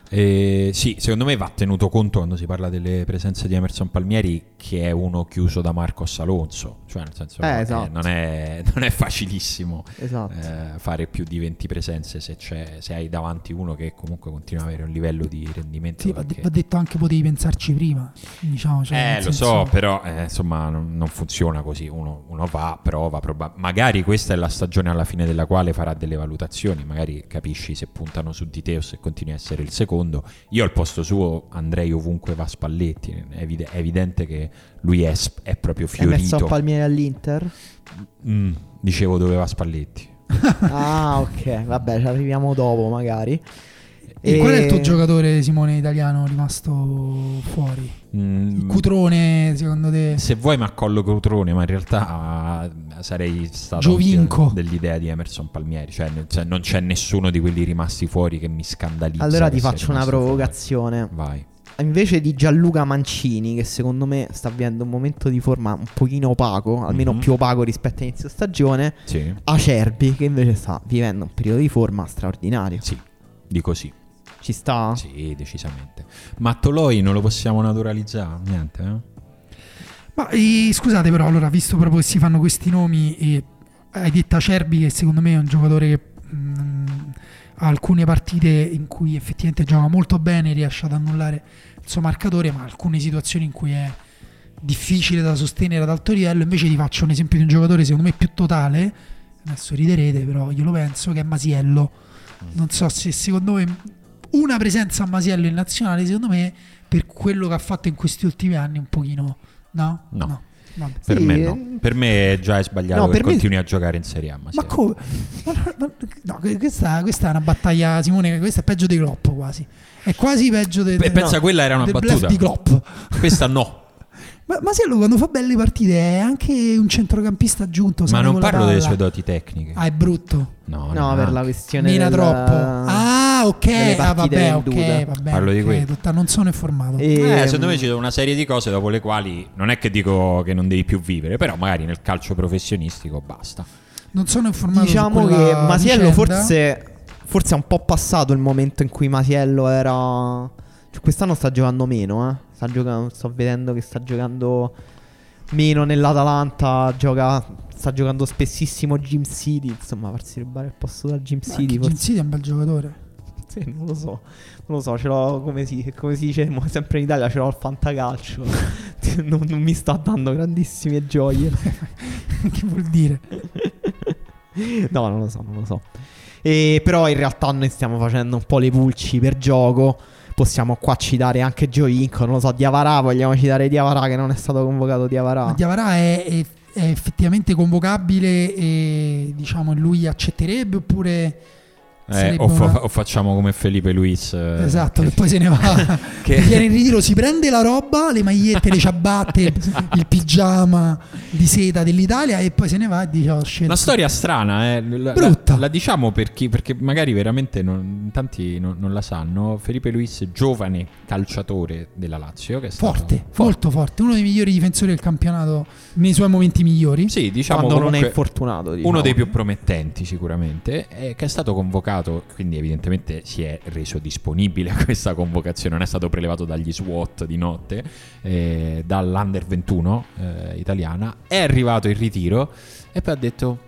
Sì, secondo me va tenuto conto quando si parla delle presenze di Emerson Palmieri che è uno chiuso da Marcos Alonso, cioè nel senso esatto. non è facilissimo esatto. Fare più di 20 presenze se hai davanti uno che comunque continua ad avere un livello di rendimento. Sì, va detto anche potevi pensarci prima, diciamo, cioè, lo so, però insomma non funziona così. Uno va, prova, magari questa è la stagione alla fine della quale farà delle valutazioni, magari capisci se puntano su di te o se continui a essere il secondo. Io al posto suo andrei ovunque va Spalletti, è evidente che lui è proprio fiorito. Hai messo Palmieri all'Inter? Dicevo dove va Spalletti. Ah, ok, vabbè, ci arriviamo dopo magari. E qual è il tuo giocatore, Simone, italiano rimasto fuori? Il Cutrone, secondo te? Se vuoi mi accollo Cutrone, ma in realtà sarei stato Giovinco dell'idea di Emerson Palmieri, cioè non c'è nessuno di quelli rimasti fuori che mi scandalizza. Allora ti faccio una provocazione. Vai. Invece di Gianluca Mancini, che secondo me sta vivendo un momento di forma un pochino opaco, almeno più opaco rispetto all'inizio stagione, sì. Acerbi, che invece sta vivendo un periodo di forma straordinario. Sì, dico sì. Ci sta? Sì, decisamente. Ma Toloi non lo possiamo naturalizzare? Niente, Ma scusate però, allora, visto proprio che si fanno questi nomi, e hai detto Acerbi, che secondo me è un giocatore che ha alcune partite in cui effettivamente gioca molto bene, riesce ad annullare il suo marcatore, ma alcune situazioni in cui è difficile da sostenere ad alto livello. Invece ti faccio un esempio di un giocatore secondo me più totale, adesso riderete però io lo penso, che è Masiello. Non so se secondo me una presenza a Masiello in nazionale, secondo me, per quello che ha fatto in questi ultimi anni, un pochino no. Per sì, me no. Per me già è sbagliato che continui a giocare in Serie A. Ma come? No, questa è una battaglia, Simone, questa è peggio di Klopp quasi. È quasi peggio pensa, quella era una battuta di Klopp. Questa no. Ma Masiello quando fa belle partite è anche un centrocampista aggiunto. Ma non parlo delle sue doti tecniche. Ah, è brutto. No, per la questione mena troppo. Ah, ok. Vabbè. Parlo di quello. Non sono informato. Secondo me ci sono una serie di cose dopo le quali non è che dico che non devi più vivere, però magari nel calcio professionistico basta. Non sono informato. Diciamo che Masiello forse è un po' passato il momento in cui Masiello era. Cioè, quest'anno sta giocando meno, sto vedendo che sta giocando meno nell'Atalanta, sta giocando spessissimo Jim City, insomma, farsi rubare il posto da Jim City. Jim City è un bel giocatore. Sì, non lo so, ce l'ho come si dice sempre in Italia, ce l'ho al fantacalcio. non mi sta dando grandissime gioie. Che vuol dire? No, non lo so. Però in realtà noi stiamo facendo un po' le pulci per gioco. Possiamo qua citare anche Giovinco, non lo so, Diawara, vogliamo citare Diawara che non è stato convocato. Diawara è effettivamente convocabile e diciamo lui accetterebbe oppure o facciamo come Felipe Luis, esatto, che poi se ne va che viene in ritiro, si prende la roba, le magliette, le ciabatte, il pigiama di seta dell'Italia e poi se ne va e dice una storia strana, brutta. La diciamo perché magari veramente tanti non la sanno. Felipe Luis, giovane calciatore della Lazio, che è forte, molto forte, uno dei migliori difensori del campionato nei suoi momenti migliori, sì, diciamo, quando non è infortunato, diciamo. Uno dei più promettenti sicuramente, che è stato convocato, quindi evidentemente si è reso disponibile a questa convocazione, non è stato prelevato dagli SWAT di notte, dall'Under 21 italiana, è arrivato in ritiro e poi ha detto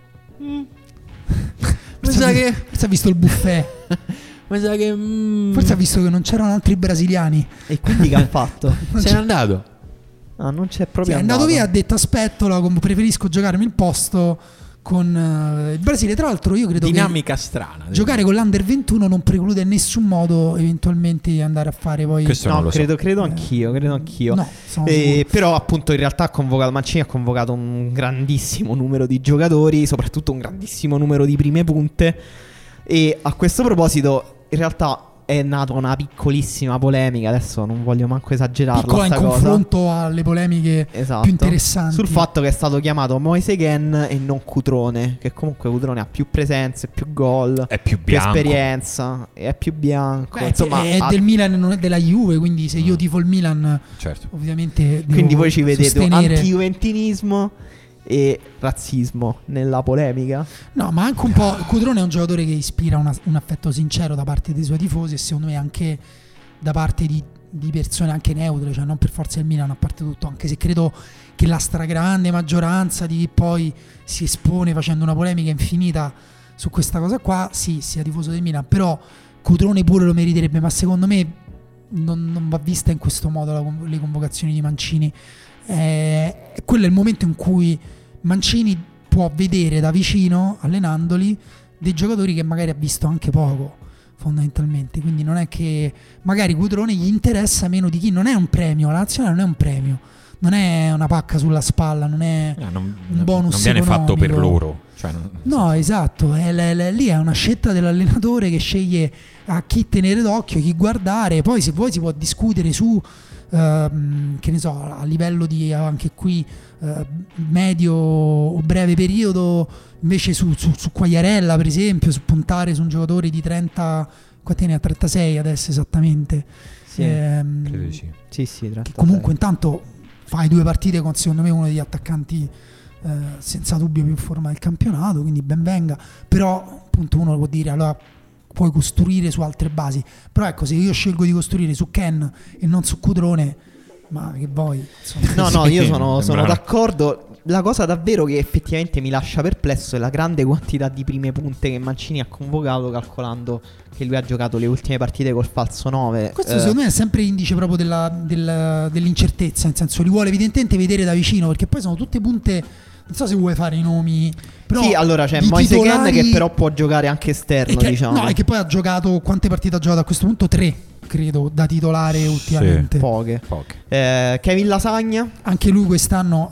forse ha visto il buffet. Forse ha visto che non c'erano altri brasiliani e quindi che ha fatto? Se n'è andato. Non c'è proprio. È andato via, ha detto aspetto, preferisco giocarmi il posto con il Brasile. Tra l'altro io credo dinamica strana. Giocare con l'Under 21 non preclude in nessun modo eventualmente di andare a fare poi. Questo no, non lo credo anch'io. No, però appunto in realtà Mancini ha convocato un grandissimo numero di giocatori, soprattutto un grandissimo numero di prime punte. E a questo proposito in realtà è nata una piccolissima polemica, adesso non voglio manco esagerarla, piccola in confronto alle polemiche più interessanti, sul fatto che è stato chiamato Moise Kean e non Cutrone, che comunque Cutrone ha più presenze, più gol, è più bianco, più esperienza, è più bianco. Insomma, è del Milan e non è della Juve, quindi se io tifo il Milan, certo, ovviamente quindi voi ci vedete sostenere anti-juventinismo e razzismo nella polemica. No, ma anche un po'. Cutrone è un giocatore che ispira un affetto sincero da parte dei suoi tifosi e secondo me anche da parte di persone anche neutre, cioè non per forza del Milan, a parte tutto, anche se credo che la stragrande maggioranza di chi poi si espone facendo una polemica infinita su questa cosa qua, sì, sia tifoso del Milan, però Cutrone pure lo meriterebbe, ma secondo me non va vista in questo modo le convocazioni di Mancini. Quello è il momento in cui Mancini può vedere da vicino, allenandoli, dei giocatori che magari ha visto anche poco, fondamentalmente. Quindi non è che magari Cutrone gli interessa meno di chi. Non è un premio, la nazionale non è un premio, non è una pacca sulla spalla, non è un bonus, non viene economico fatto per loro, cioè no, esatto, lì è una scelta dell'allenatore che sceglie a chi tenere d'occhio, chi guardare. Poi se vuoi si può discutere su che ne so, a livello di anche qui medio o breve periodo, invece su Quagliarella per esempio, su puntare su un giocatore di 30, quanti ne ha, 36 adesso esattamente, sì, credo di sì. Sì, 36. Che comunque intanto fai 2 partite con secondo me uno degli attaccanti senza dubbio più in forma del campionato, quindi ben venga. Però appunto uno può dire allora puoi costruire su altre basi, però ecco, se io scelgo di costruire su Ken e non su Cutrone, ma che vuoi, insomma. No, io sono d'accordo. La cosa davvero che effettivamente mi lascia perplesso è la grande quantità di prime punte che Mancini ha convocato, calcolando che lui ha giocato le ultime partite col falso 9. Questo secondo me è sempre indice proprio dell'incertezza, nel senso li vuole evidentemente vedere da vicino, perché poi sono tutte punte. Non so se vuoi fare i nomi, però sì, allora c'è Moise Kean che però può giocare anche esterno, diciamo. No, e che poi ha giocato, quante partite ha giocato a questo punto? 3, credo, da titolare ultimamente. Poche. Kevin Lasagna, anche lui quest'anno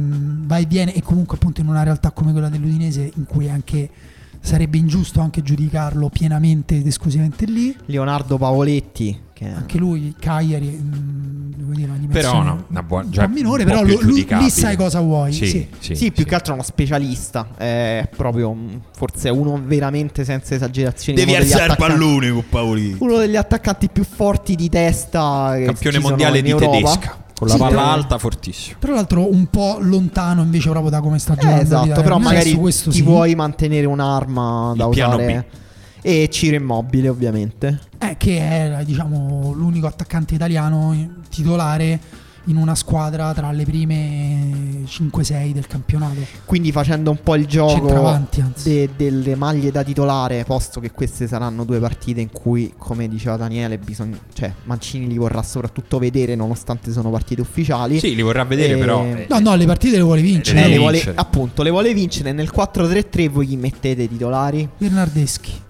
va e viene, e comunque appunto in una realtà come quella dell'Udinese in cui anche sarebbe ingiusto anche giudicarlo pienamente ed esclusivamente lì. Leonardo Pavoletti, che anche lui Cagliari, devo dire, una però un po' minore, però lì sai cosa vuoi. Sì, più che altro è uno specialista, è proprio forse uno veramente, senza esagerazioni, devi alzare il pallone con Paolini, uno degli attaccanti più forti di testa, campione mondiale di tedesca, con la palla alta, fortissimo. Tra l'altro un po' lontano invece proprio da come sta giocando. Esatto, però magari ti vuoi mantenere un'arma da usare. E Ciro Immobile, ovviamente, che è, diciamo, l'unico attaccante italiano titolare in una squadra tra le prime 5-6 del campionato. Quindi facendo un po' il gioco delle maglie da titolare, posto che queste saranno 2 partite in cui, come diceva Daniele, Mancini li vorrà soprattutto vedere, nonostante sono partite ufficiali. Sì, li vorrà vedere, però no, le partite le vuole vincere. Le vuole vincere. Nel 4-3-3 voi chi mettete titolari? Bernardeschi.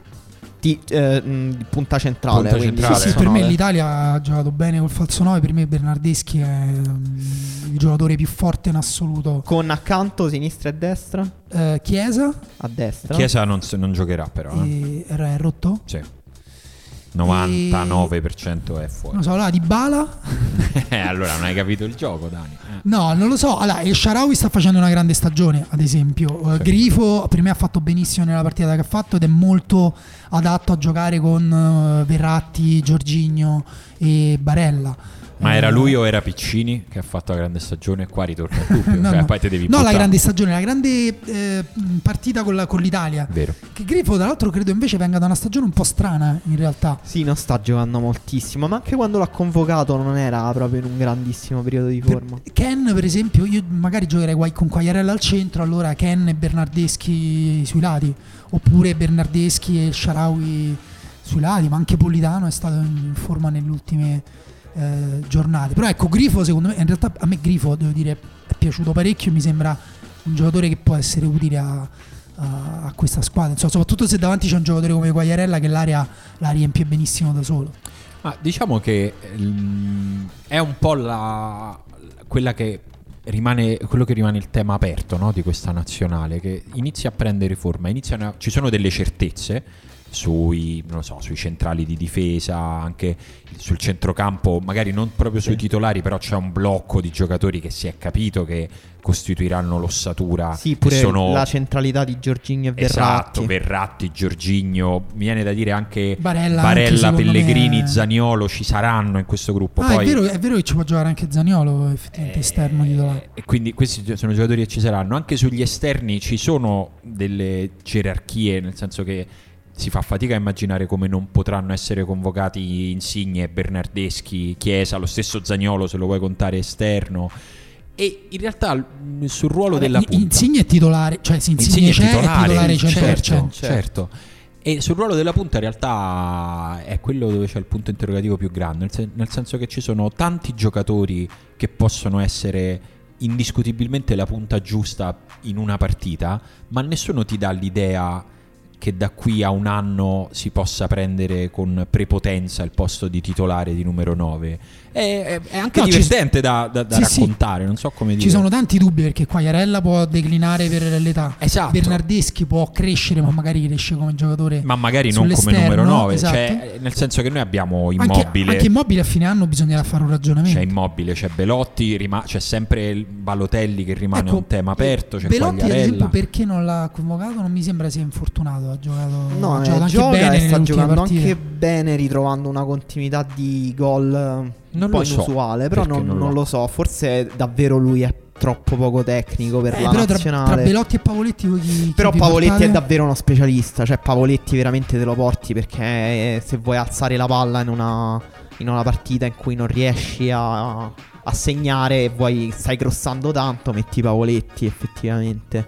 Punta centrale. Sì, per me l'Italia ha giocato bene col falso 9. Per me Bernardeschi è il giocatore più forte in assoluto. Con accanto sinistra e destra Chiesa a destra. Chiesa non giocherà, però è rotto? Sì, 99% è fuori. Non so, allora Dybala allora non hai capito il gioco, Dani. No, non lo so. Allora, il Shaarawy sta facendo una grande stagione, ad esempio. Grifo per me ha fatto benissimo nella partita che ha fatto ed è molto adatto a giocare con Verratti, Jorginho e Barella. Ma era lui o era Piccini che ha fatto la grande stagione? Qua ritorna il dubbio. Poi te devi la grande stagione, la grande partita con l'Italia. Vero. Che Grifo, tra l'altro, credo invece venga da una stagione un po' strana, in realtà. Sì, non sta giocando moltissimo, ma anche quando l'ha convocato non era proprio in un grandissimo periodo di forma. Ken, per esempio, io magari giocherei con Quagliarella al centro, allora Ken e Bernardeschi sui lati, oppure Bernardeschi e il Shaarawy sui lati, ma anche Politano è stato in forma nelle ultime giornate. Però ecco, Grifo, secondo me, in realtà a me Grifo, devo dire, è piaciuto parecchio. Mi sembra un giocatore che può essere utile a questa squadra, insomma, soprattutto se davanti c'è un giocatore come Quagliarella che l'area la riempie benissimo da solo. Ma diciamo che è un po' quello che rimane il tema aperto, no, di questa nazionale, che inizia a prendere forma, ci sono delle certezze sui centrali di difesa, anche sul centrocampo, magari non proprio sui titolari, però c'è un blocco di giocatori che si è capito che costituiranno l'ossatura. Sì, pure la centralità di Jorginho e Verratti. Esatto, Verratti, Jorginho, mi viene da dire anche Barella, Pellegrini, Zaniolo ci saranno in questo gruppo. Poi, è vero che ci può giocare anche Zaniolo, effettivamente esterno titolare. E quindi questi sono giocatori che ci saranno. Anche sugli esterni ci sono delle gerarchie, nel senso che si fa fatica a immaginare come non potranno essere convocati Insigne, Bernardeschi, Chiesa, lo stesso Zaniolo se lo vuoi contare esterno. E in realtà sul ruolo della punta Insigne è titolare, cioè se Insigne c'è è titolare 100%. Certo. E sul ruolo della punta in realtà è quello dove c'è il punto interrogativo più grande, nel senso che ci sono tanti giocatori che possono essere indiscutibilmente la punta giusta in una partita, ma nessuno ti dà l'idea che da qui a un anno si possa prendere con prepotenza il posto di titolare di numero 9. È anche divertente da raccontare, non so come dire. Ci sono tanti dubbi, perché Quagliarella può declinare per l'età, esatto. Bernardeschi può crescere, ma magari cresce come giocatore, ma magari non come numero 9, esatto. Cioè, nel senso che noi abbiamo Immobile. Anche Immobile a fine anno bisognerà fare un ragionamento. C'è Immobile, c'è Belotti, c'è sempre il Balotelli che rimane un tema aperto, c'è Belotti Quagliarella. ad esempio, perché non l'ha convocato? Non mi sembra sia infortunato, ha giocato anche bene, sta giocando partite. Anche bene, ritrovando una continuità di gol un po' inusuale, però non lo so, forse davvero lui è troppo poco tecnico per la nazionale. Tra Belotti e Pavoletti però Pavoletti è davvero uno specialista, cioè Pavoletti veramente te lo porti, perché se vuoi alzare la palla in una partita in cui non riesci a segnare e stai crossando tanto, metti Pavoletti effettivamente.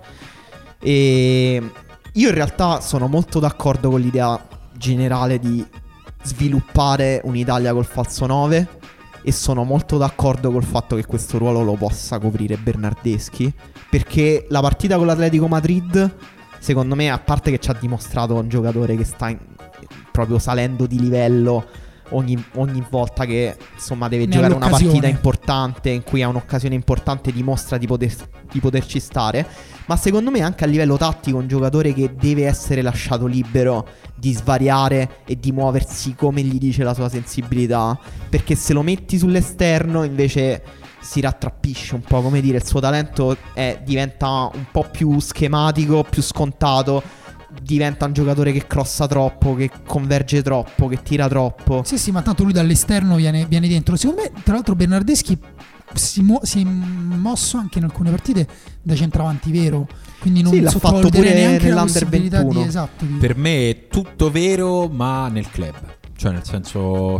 E io in realtà sono molto d'accordo con l'idea generale di sviluppare un'Italia col falso 9, e sono molto d'accordo col fatto che questo ruolo lo possa coprire Bernardeschi, perché la partita con l'Atletico Madrid, secondo me, a parte che ci ha dimostrato un giocatore che sta proprio salendo di livello ogni volta che insomma deve giocare una partita importante, in cui ha un'occasione importante, dimostra di poterci stare. Ma secondo me anche a livello tattico un giocatore che deve essere lasciato libero di svariare e di muoversi come gli dice la sua sensibilità, perché se lo metti sull'esterno invece si rattrappisce un po', come dire, il suo talento diventa un po' più schematico, più scontato, diventa un giocatore che crossa troppo, che converge troppo, che tira troppo. Sì, ma tanto lui dall'esterno viene dentro. Secondo me, tra l'altro, Bernardeschi si è mosso anche in alcune partite da centravanti vero, quindi non l'ha fatto pure neanche nell'Under 21 di... Per me è tutto vero, ma nel club, cioè nel senso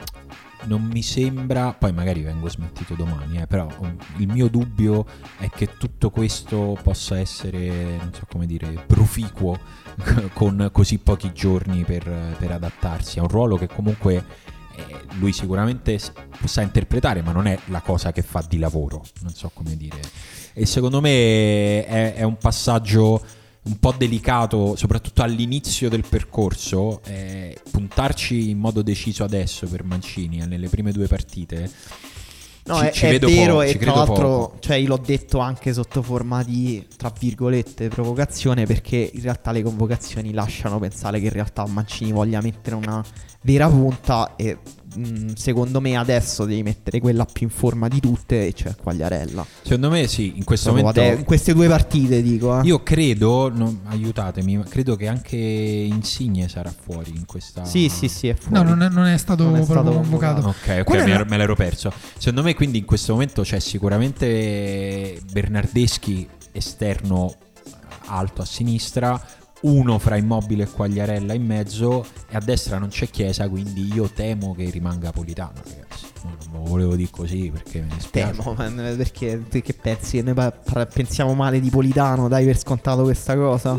non mi sembra, poi magari vengo smentito domani, però il mio dubbio è che tutto questo possa essere, non so come dire, proficuo con così pochi giorni per adattarsi a un ruolo che comunque lui sicuramente sa interpretare, ma non è la cosa che fa di lavoro, non so come dire. E secondo me è un passaggio un po' delicato, soprattutto all'inizio del percorso. Puntarci in modo deciso adesso per Mancini nelle prime 2 partite, no, è vero, e tra l'altro, cioè, io l'ho detto anche sotto forma di, tra virgolette, provocazione, perché in realtà le convocazioni lasciano pensare che in realtà Mancini voglia mettere una vera punta, e secondo me adesso devi mettere quella più in forma di tutte, e cioè Quagliarella. Secondo me sì, in questo momento, in queste 2 partite dico. Io credo, aiutatemi, credo che anche Insigne sarà fuori in questa. Sì, è fuori. No, non è stato proprio convocato. Ok, me l'ero perso. Secondo me quindi in questo momento c'è sicuramente Bernardeschi esterno alto a sinistra, uno fra Immobile e Quagliarella in mezzo, e a destra non c'è Chiesa, quindi io temo che rimanga Politano, ragazzi. Non lo volevo dire così perché me ne spiace. Perché che pensi? Noi pensiamo male di Politano, dai per scontato questa cosa?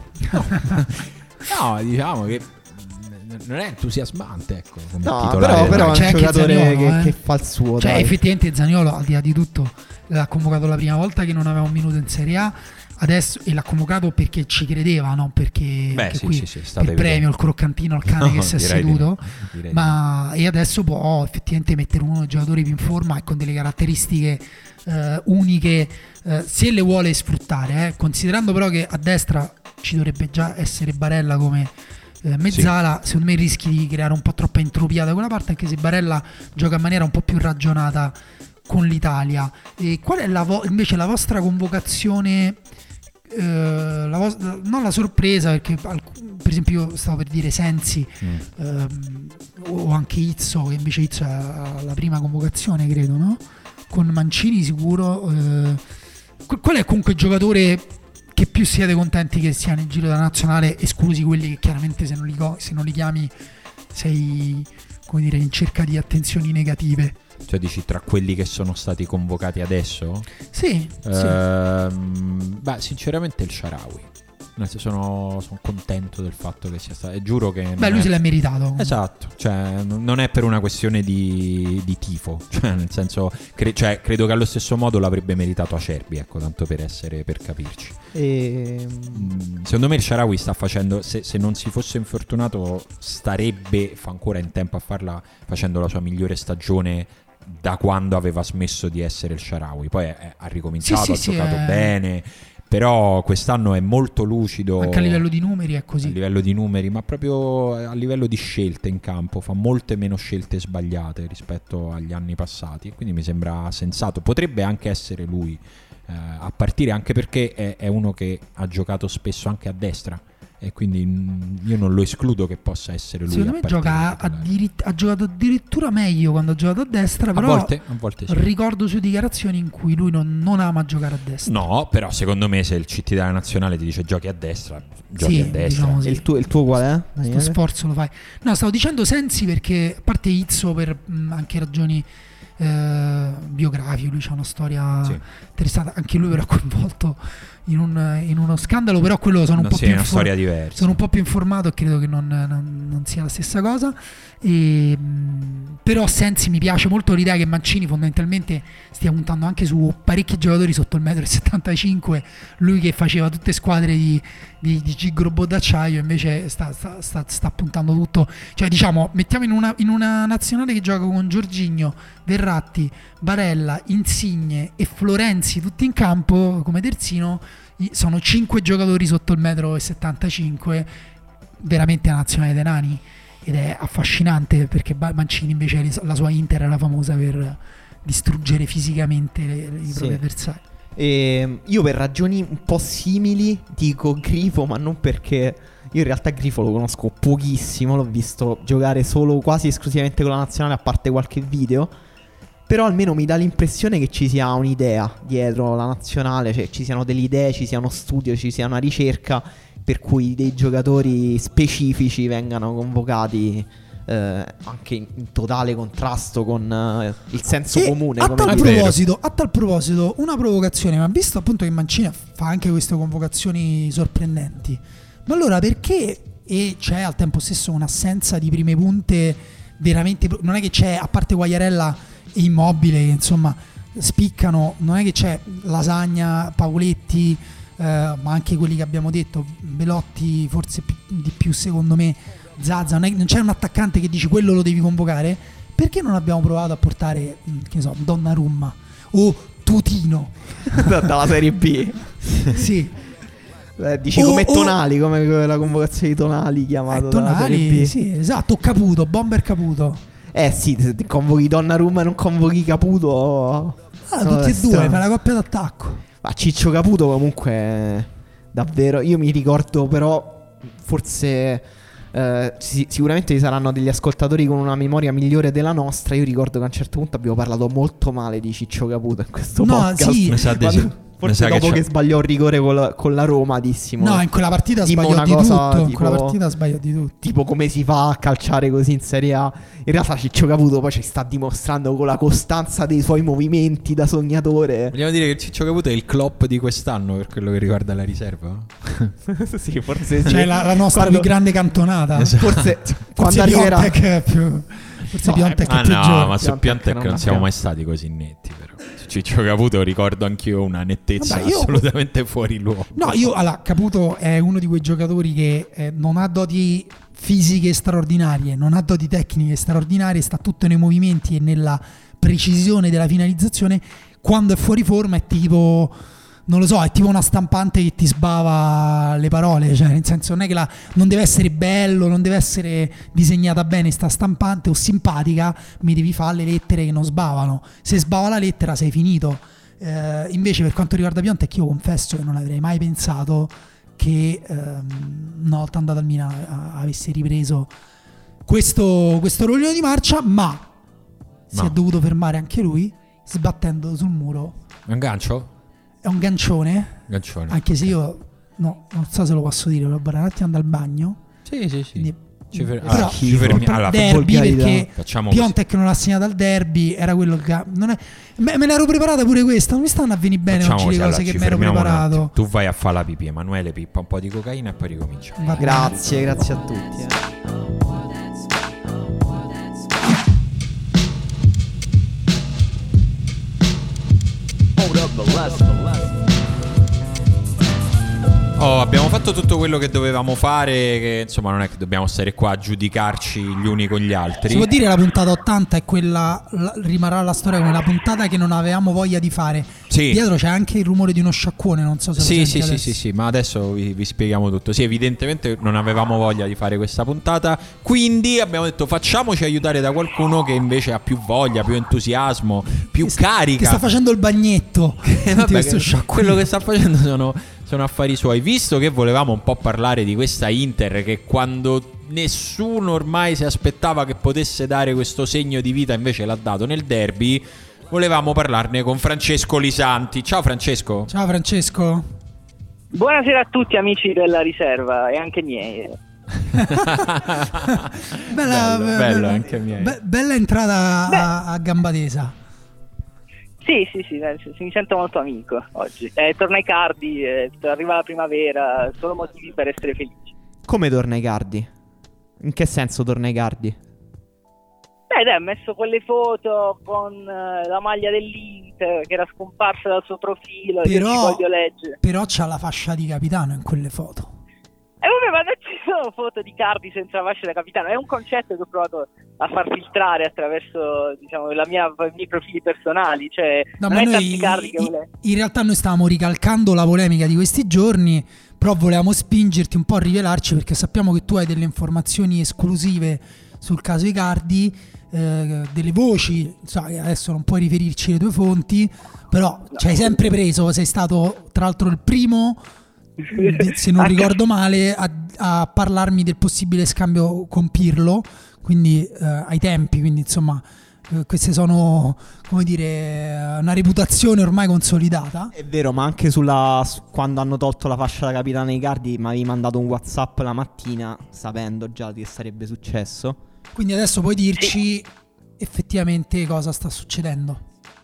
No, diciamo che non è entusiasmante, ecco, come però è un giocatore che fa il suo. Cioè, effettivamente Zaniolo, al di là di tutto, l'ha convocato la prima volta che non aveva un minuto in Serie A. Adesso, e l'ha convocato perché ci credeva, non perché qui il premio, il croccantino al cane che si è seduto. E adesso può effettivamente mettere uno dei giocatori più in forma e con delle caratteristiche uniche, se le vuole sfruttare, considerando però che a destra ci dovrebbe già essere Barella come mezzala. Secondo me rischi di creare un po' troppa entropia da quella parte, anche se Barella gioca in maniera un po' più ragionata con l'Italia. E qual è invece la vostra convocazione? Non la sorpresa, perché per esempio io stavo per dire Sensi, o anche Izzo, che invece Izzo è la prima convocazione, credo, no? Con Mancini sicuro. Qual è comunque il giocatore che più siete contenti che sia nel giro della nazionale, esclusi quelli che chiaramente se non li chiami sei, come dire, in cerca di attenzioni negative. Cioè dici tra quelli che sono stati convocati adesso? Sì. Beh, sinceramente il Shaarawy. Sono contento del fatto che sia stato. E giuro che. Lui se l'ha meritato. Esatto. Cioè, non è per una questione di tifo. Cioè, nel senso, credo che allo stesso modo l'avrebbe meritato Acerbi. Ecco, tanto per capirci. Secondo me il Shaarawy sta facendo. Se non si fosse infortunato, fa ancora in tempo a farla, facendo la sua migliore stagione da quando aveva smesso di essere il Shaarawy. Poi ha ricominciato, ha giocato bene. Però quest'anno è molto lucido. Anche a livello di numeri è così. A livello di numeri, ma proprio a livello di scelte in campo. Fa molte meno scelte sbagliate rispetto agli anni passati. Quindi mi sembra sensato. Potrebbe anche essere lui a partire, anche perché è uno che ha giocato spesso anche a destra. E quindi io non lo escludo che possa essere lui. Secondo me ha giocato addirittura meglio quando ha giocato a destra. Però a volte sì. Ricordo sue dichiarazioni in cui lui non ama giocare a destra. No, però secondo me se il CT della nazionale ti dice giochi a destra, giochi a destra. Diciamo sì. Il tuo qual è? Questo sforzo lo fai. No, stavo dicendo Sensi perché, a parte Izzo per anche ragioni biografiche, lui c'ha una storia interessante. Anche lui però coinvolto in uno scandalo, però quello sono un po' più una storia diversa. Sono un po' più informato e credo che non sia la stessa cosa. Però Sensi mi piace molto l'idea che Mancini fondamentalmente stia puntando anche su parecchi giocatori sotto il 1,75 m. Lui che faceva tutte squadre di Gigrobot d'acciaio, invece sta puntando tutto. Cioè, diciamo, mettiamo in una nazionale che gioca con Jorginho, Verratti, Barella, Insigne e Florenzi tutti in campo come terzino. Sono 5 giocatori sotto il 1,75 m. Veramente la nazionale dei nani. Ed è affascinante perché Mancini invece la sua Inter era famosa per distruggere fisicamente i propri avversari. Io per ragioni un po' simili dico Grifo, ma non perché io in realtà Grifo lo conosco pochissimo, l'ho visto giocare solo quasi esclusivamente con la nazionale, a parte qualche video. Però almeno mi dà l'impressione che ci sia un'idea dietro la nazionale, cioè ci siano delle idee, ci sia uno studio, ci sia una ricerca per cui dei giocatori specifici vengano convocati anche in totale contrasto con il senso comune. A tal proposito, una provocazione, ma visto appunto che Mancini fa anche queste convocazioni sorprendenti, ma allora perché c'è al tempo stesso un'assenza di prime punte veramente? Non è che c'è, a parte Quagliarella e Immobile, che insomma spiccano, non è che c'è Lasagna, Pavoletti, ma anche quelli che abbiamo detto, Belotti forse di più secondo me, Zaza, non c'è un attaccante che dici quello lo devi convocare. Perché non abbiamo provato a portare, che ne so, Donnarumma o Tutino dalla Serie B? Sì. Dici come Tonali, come la convocazione di Tonali chiamato Tonali, sì, esatto, Caputo, Bomber Caputo. Sì, se ti convochi Donnarumma e non convochi Caputo, tutti e due, fai la coppia d'attacco. Ma Ciccio Caputo comunque davvero, io mi ricordo, però forse sicuramente ci saranno degli ascoltatori con una memoria migliore della nostra. Io ricordo che a un certo punto abbiamo parlato molto male di Ciccio Caputo in questo podcast. Sì. Forse dopo che sbagliò il rigore con la Roma, dissimo. No, in quella partita sbagliò di tutto. In quella partita sbagliò di tutto. Tipo come si fa a calciare così in Serie A. In realtà Ciccio Caputo poi ci sta dimostrando con la costanza dei suoi movimenti da sognatore. Vogliamo dire che Ciccio Caputo è il Klopp di quest'anno per quello che riguarda la riserva? Sì, forse sì. Cioè la nostra più grande cantonata. Esatto. Forse quando arriverà Piontek forse Piontek è più giovane. Ma su Piontek non siamo mai stati così netti, però. Ciccio Caputo ricordo anch'io una nettezza assolutamente fuori luogo. No, Caputo è uno di quei giocatori che non ha doti fisiche straordinarie, non ha doti tecniche straordinarie, sta tutto nei movimenti e nella precisione della finalizzazione. Quando è fuori forma è tipo, non lo so, è tipo una stampante che ti sbava le parole, cioè nel senso non è che non deve essere bello, non deve essere disegnata bene sta stampante o simpatica, mi devi fare le lettere che non sbavano. Se sbava la lettera sei finito. Invece per quanto riguarda Piontek, io confesso che non avrei mai pensato che una volta andato al Milan avesse ripreso questo rollino di marcia, ma si è dovuto fermare anche lui sbattendo sul muro. Un gancio? È un gancione. Anche se io no, non so se lo posso dire, volevo andare un attimo dal bagno. Sì. Quindi, però derby, perché Piontek non l'ha segnato al derby, era quello che me l'ero preparata pure questa, non mi stanno a venire bene oggi le cose che mi ero preparato. Tu vai a fare la pipì, Emanuele pippa un po' di cocaina e poi ricominciamo. Grazie a tutti. Abbiamo fatto tutto quello che dovevamo fare, che insomma non è che dobbiamo stare qua a giudicarci gli uni con gli altri. Si può dire la puntata 80 è quella, rimarrà la storia come la puntata che non avevamo voglia di fare. Sì. Dietro c'è anche il rumore di uno sciacquone, non so se lo senti. Sì, ma adesso vi spieghiamo tutto. Sì, evidentemente non avevamo voglia di fare questa puntata, quindi abbiamo detto facciamoci aiutare da qualcuno che invece ha più voglia, più entusiasmo, più carica. Che sta facendo il bagnetto. Quello che sta facendo sono affari suoi. Visto che volevamo un po' parlare di questa Inter che quando nessuno ormai si aspettava che potesse dare questo segno di vita invece l'ha dato nel derby, volevamo parlarne con Francesco Lisanti. Ciao Francesco. Ciao Francesco. Buonasera a tutti amici della riserva e anche miei. bello anche miei. Bella entrata a gamba tesa. Sì, mi sento molto amico oggi. Torna Icardi, arriva la primavera, solo motivi per essere felici. Come torna Icardi? In che senso torna Icardi? Ha messo quelle foto con la maglia dell'Inter che era scomparsa dal suo profilo. Io ci voglio leggere. Però c'ha la fascia di capitano in quelle foto. Ma non ci sono foto di Icardi senza fascia da capitano. È un concetto che ho provato a far filtrare attraverso, diciamo, i miei profili personali. Cioè, no, non ma è noi, Icardi che in realtà noi stavamo ricalcando la polemica di questi giorni, però volevamo spingerti un po' a rivelarci, perché sappiamo che tu hai delle informazioni esclusive sul caso Icardi, delle voci, adesso non puoi riferirci le tue fonti, però ci hai sempre preso, sei stato tra l'altro il primo, se non ricordo male, a parlarmi del possibile scambio con Pirlo, quindi ai tempi, quindi insomma queste sono, come dire, una reputazione ormai consolidata. È vero, ma anche quando hanno tolto la fascia da capitano Icardi mi avevi mandato un WhatsApp la mattina sapendo già che sarebbe successo. Quindi adesso puoi dirci effettivamente cosa sta succedendo.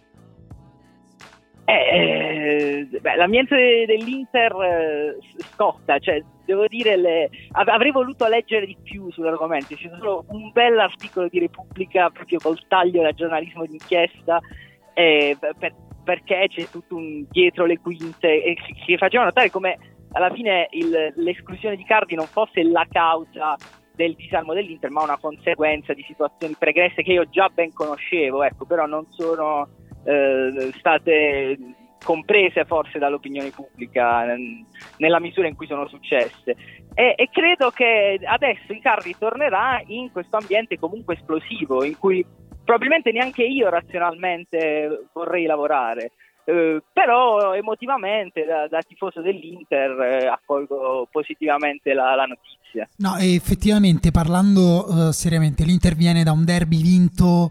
L'ambiente dell'Inter scotta, cioè devo dire avrei voluto leggere di più sull'argomento. C'è solo un bel articolo di Repubblica proprio col taglio da giornalismo d'inchiesta, perché c'è tutto un dietro le quinte che faceva notare come alla fine l'esclusione di Icardi non fosse la causa del disarmo dell'Inter, ma una conseguenza di situazioni pregresse che io già ben conoscevo, però non sono state comprese forse dall'opinione pubblica nella misura in cui sono successe, e credo che adesso Icardi tornerà in questo ambiente comunque esplosivo in cui probabilmente neanche io razionalmente vorrei lavorare, però emotivamente da tifoso dell'Inter accolgo positivamente la notizia. No, e effettivamente parlando seriamente, l'Inter viene da un derby vinto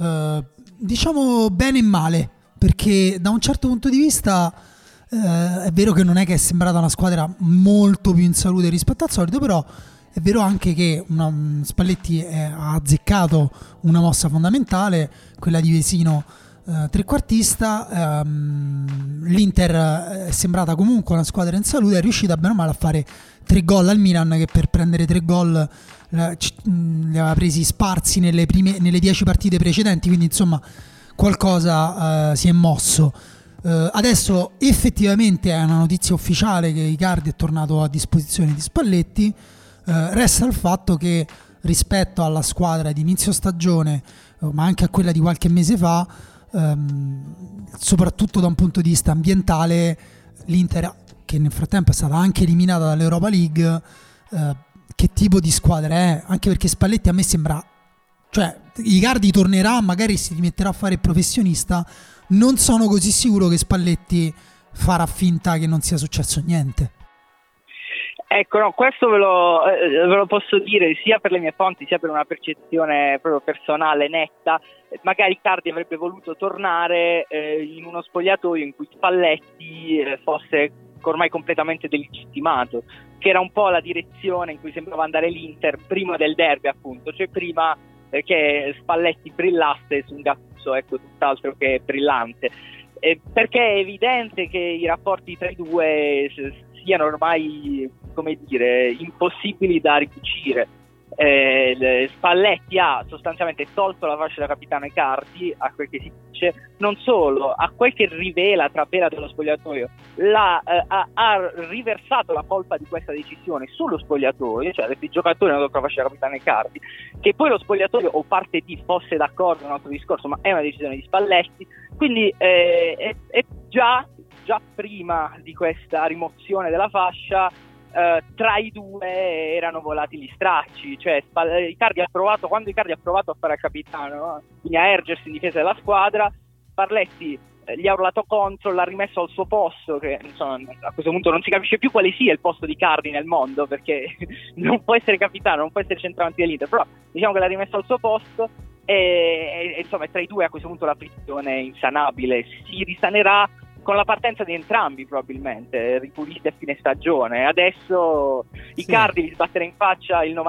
diciamo bene e male, perché da un certo punto di vista è vero che non è che è sembrata una squadra molto più in salute rispetto al solito, però è vero anche che Spalletti ha azzeccato una mossa fondamentale, quella di Vesino trequartista. L'Inter è sembrata comunque una squadra in salute, è riuscita bene o male a fare 3 gol al Milan, che per prendere 3 gol li aveva presi sparsi nelle 10 partite precedenti, quindi insomma qualcosa si è mosso. Adesso effettivamente è una notizia ufficiale che Icardi è tornato a disposizione di Spalletti. Resta il fatto che rispetto alla squadra di inizio stagione, ma anche a quella di qualche mese fa, soprattutto da un punto di vista ambientale, l'Inter, che nel frattempo è stata anche eliminata dall'Europa League, che tipo di squadra è? Anche perché Spalletti a me sembra, cioè Icardi tornerà, magari si rimetterà a fare il professionista, non sono così sicuro che Spalletti farà finta che non sia successo niente. Ecco, no, questo ve lo posso dire sia per le mie fonti sia per una percezione proprio personale netta. Magari Icardi avrebbe voluto tornare in uno spogliatoio in cui Spalletti fosse ormai completamente delegittimato, che era un po' la direzione in cui sembrava andare l'Inter prima del derby, appunto, cioè prima che Spalletti brillasse su un Gattuso, ecco, tutt'altro che brillante, perché è evidente che i rapporti tra i due siano ormai, come dire, impossibili da ricucire. Spalletti ha sostanzialmente tolto la fascia da capitano Icardi, a quel che si dice, non solo, a quel che rivela tra vela dello spogliatoio, ha riversato la colpa di questa decisione sullo spogliatoio, cioè il giocatore non tolto la fascia da capitano Icardi, che poi lo spogliatoio o parte di fosse d'accordo, è un altro discorso, ma è una decisione di Spalletti, quindi è già prima di questa rimozione della fascia tra i due erano volati gli stracci, cioè quando Icardi ha provato a fare il capitano, no? Quindi a ergersi in difesa della squadra, Spalletti gli ha urlato contro, l'ha rimesso al suo posto, che insomma, a questo punto non si capisce più quale sia il posto di Icardi nel mondo, perché non può essere capitano, non può essere centravanti dell'Inter, però diciamo che l'ha rimesso al suo posto e insomma tra i due a questo punto la frizione è insanabile, si risanerà con la partenza di entrambi probabilmente, ripuliti a fine stagione. Adesso Icardi gli sbatterà in faccia il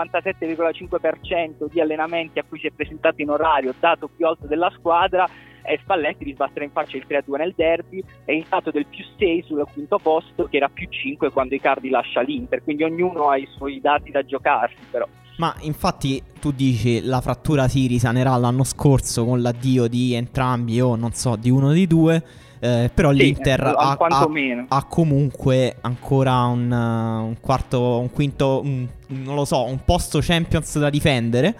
97,5% di allenamenti a cui si è presentato in orario, dato più alto della squadra, e Spalletti gli sbatterà in faccia il 3-2 nel derby e il dato del più 6 sul quinto posto, che era più 5 quando Icardi lascia l'Inter, quindi ognuno ha i suoi dati da giocarsi però. Ma infatti tu dici la frattura si risanerà l'anno scorso con l'addio di entrambi o non so di uno dei due, però sì, l'Inter ha comunque ancora un quarto, un quinto, non lo so, un posto Champions da difendere,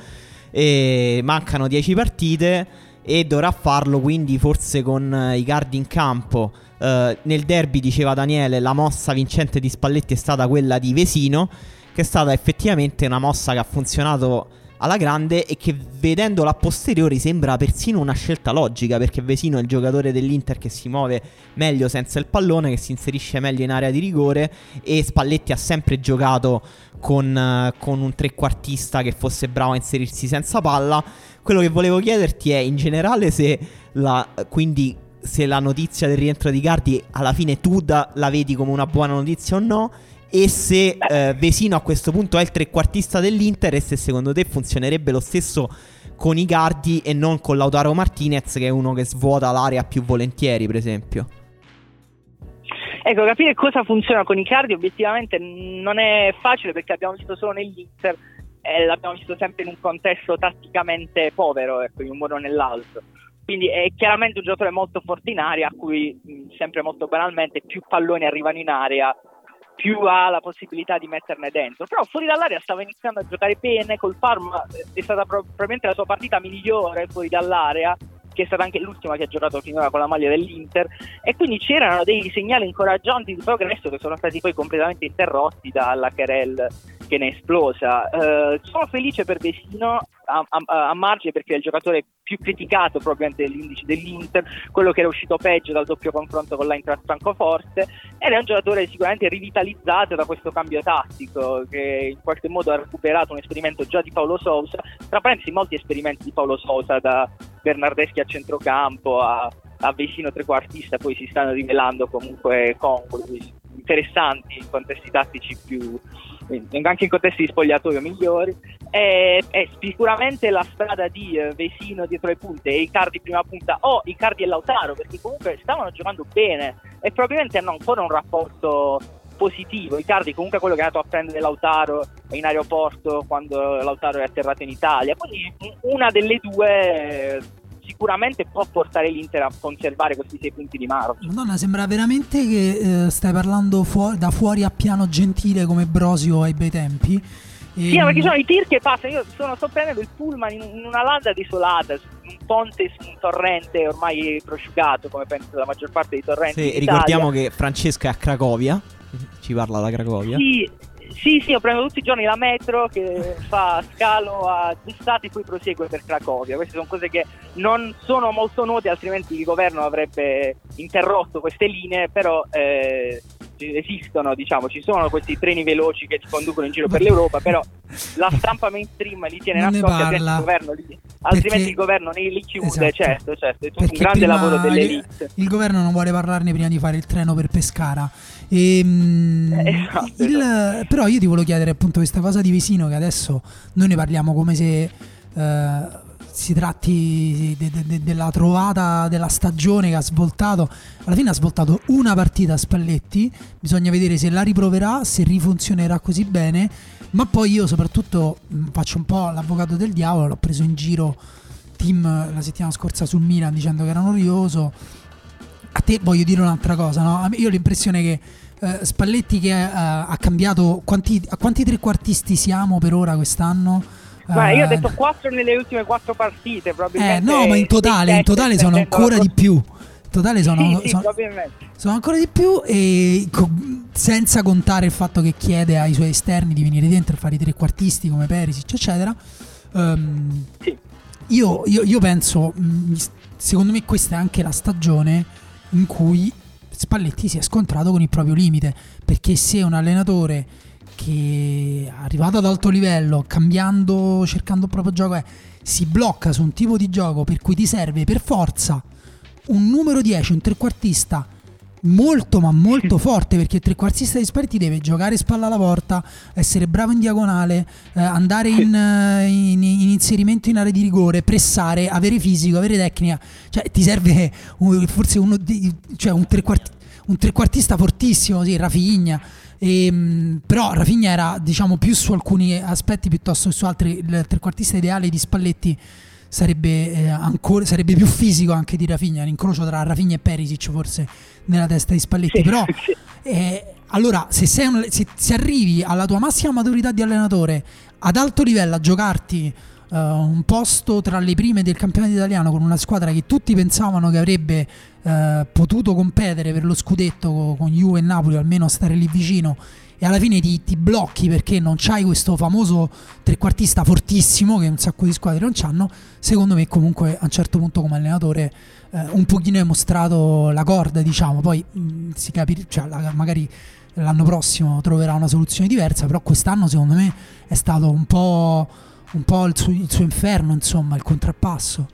e mancano 10 partite e dovrà farlo quindi forse con Icardi in campo. Nel derby, diceva Daniele, la mossa vincente di Spalletti è stata quella di Vesino, che è stata effettivamente una mossa che ha funzionato alla grande e che vedendola a posteriori sembra persino una scelta logica, perché Vesino è il giocatore dell'Inter che si muove meglio senza il pallone, che si inserisce meglio in area di rigore, e Spalletti ha sempre giocato con un trequartista che fosse bravo a inserirsi senza palla. Quello che volevo chiederti è in generale se la notizia del rientro di Icardi alla fine tu la vedi come una buona notizia o no, e se Vesino a questo punto è il trequartista dell'Inter, e se secondo te funzionerebbe lo stesso con Icardi e non con Lautaro Martinez, che è uno che svuota l'area più volentieri, per esempio. Ecco, capire cosa funziona con Icardi obiettivamente non è facile, perché abbiamo visto solo nell'Inter e l'abbiamo visto sempre in un contesto tatticamente povero, ecco, in un modo o nell'altro. Quindi è chiaramente un giocatore molto forte in area, a cui sempre molto banalmente più palloni arrivano in area più ha la possibilità di metterne dentro. Però fuori dall'area stava iniziando a giocare bene, col Parma è stata probabilmente la sua partita migliore fuori dall'area, che è stata anche l'ultima che ha giocato finora con la maglia dell'Inter, e quindi c'erano dei segnali incoraggianti di progresso che sono stati poi completamente interrotti dalla querel che ne è esplosa. Sono felice per Vesino a margine, perché è il giocatore più criticato probabilmente dell'indice dell'Inter, quello che era uscito peggio dal doppio confronto con l'Eintracht Francoforte, ed è un giocatore sicuramente rivitalizzato da questo cambio tattico, che in qualche modo ha recuperato un esperimento già di Paulo Sousa, tra parentesi molti esperimenti di Paulo Sousa, da Bernardeschi a centrocampo a Vesino trequartista, poi si stanno rivelando comunque congrui, interessanti in contesti tattici più, anche in contesti di spogliatoio migliori. È sicuramente la strada di Vesino dietro le punte e Icardi prima punta, o Icardi e Lautaro, perché comunque stavano giocando bene e probabilmente hanno ancora un rapporto positivo. Icardi comunque è quello che è andato a prendere Lautaro in aeroporto quando Lautaro è atterrato in Italia, quindi una delle due sicuramente può portare l'Inter a conservare questi 6 punti di margine. Madonna, sembra veramente che stai parlando da fuori a piano gentile come Brosio ai bei tempi. Sì, perché sono i tir che passano. Io sto prendendo il pullman in una landa desolata, su un ponte, su un torrente ormai prosciugato, come penso la maggior parte dei torrenti. Sì, ricordiamo che Francesca è a Cracovia, ci parla da Cracovia. Sì, io prendo tutti i giorni la metro che fa scalo a Zistati e poi prosegue per Cracovia. Queste sono cose che non sono molto note, altrimenti il governo avrebbe interrotto queste linee, però esistono, diciamo, ci sono questi treni veloci che ti conducono in giro per l'Europa, però la stampa mainstream li tiene nascosti, il governo altrimenti il governo lì ci chiude. Esatto. Certo, è tutto un grande lavoro dell'elite. Il governo non vuole parlarne prima di fare il treno per Pescara. Però io ti volevo chiedere appunto questa cosa di Vesino, che adesso noi ne parliamo come se si tratti della trovata della stagione che ha svoltato. Alla fine ha svoltato una partita a Spalletti, bisogna vedere se la riproverà, se rifunzionerà così bene. Ma poi io soprattutto faccio un po' l'avvocato del diavolo, l'ho preso in giro Tim la settimana scorsa sul Milan dicendo che era noioso. A te voglio dire un'altra cosa, no? Io ho l'impressione che Spalletti che ha cambiato, a quanti trequartisti siamo per ora quest'anno? Io ho detto 4 nelle ultime 4 partite probabilmente. No, ma in totale sono ancora di più. In totale sono ancora di più, e senza contare il fatto che chiede ai suoi esterni di venire dentro e fare i trequartisti come Perisic eccetera. Sì. Io penso, secondo me questa è anche la stagione in cui Spalletti si è scontrato con il proprio limite, perché se un allenatore che è arrivato ad alto livello, cambiando, cercando il proprio gioco, si blocca su un tipo di gioco per cui ti serve per forza un numero 10, un trequartista molto ma molto forte, perché il trequartista di Spalletti deve giocare spalla alla porta, essere bravo in diagonale, andare in inserimento in area di rigore, pressare, avere fisico, avere tecnica, cioè ti serve forse un trequartista fortissimo, sì, Rafinha. Però Rafinha era, diciamo, più su alcuni aspetti piuttosto che su altri. Il trequartista ideale di Spalletti sarebbe più fisico anche di Rafinha, l'incrocio tra Rafinha e Perisic forse nella testa di Spalletti. Sì, però sì. Allora se arrivi alla tua massima maturità di allenatore ad alto livello a giocarti un posto tra le prime del campionato italiano con una squadra che tutti pensavano che avrebbe potuto competere per lo scudetto con Juve e Napoli, almeno stare lì vicino, e alla fine ti blocchi perché non c'hai questo famoso trequartista fortissimo che un sacco di squadre non c'hanno, secondo me comunque a un certo punto come allenatore un pochino hai mostrato la corda, diciamo. Poi si capirà, cioè, magari l'anno prossimo troverà una soluzione diversa, però quest'anno secondo me è stato un po' il suo inferno, insomma, il contrappasso.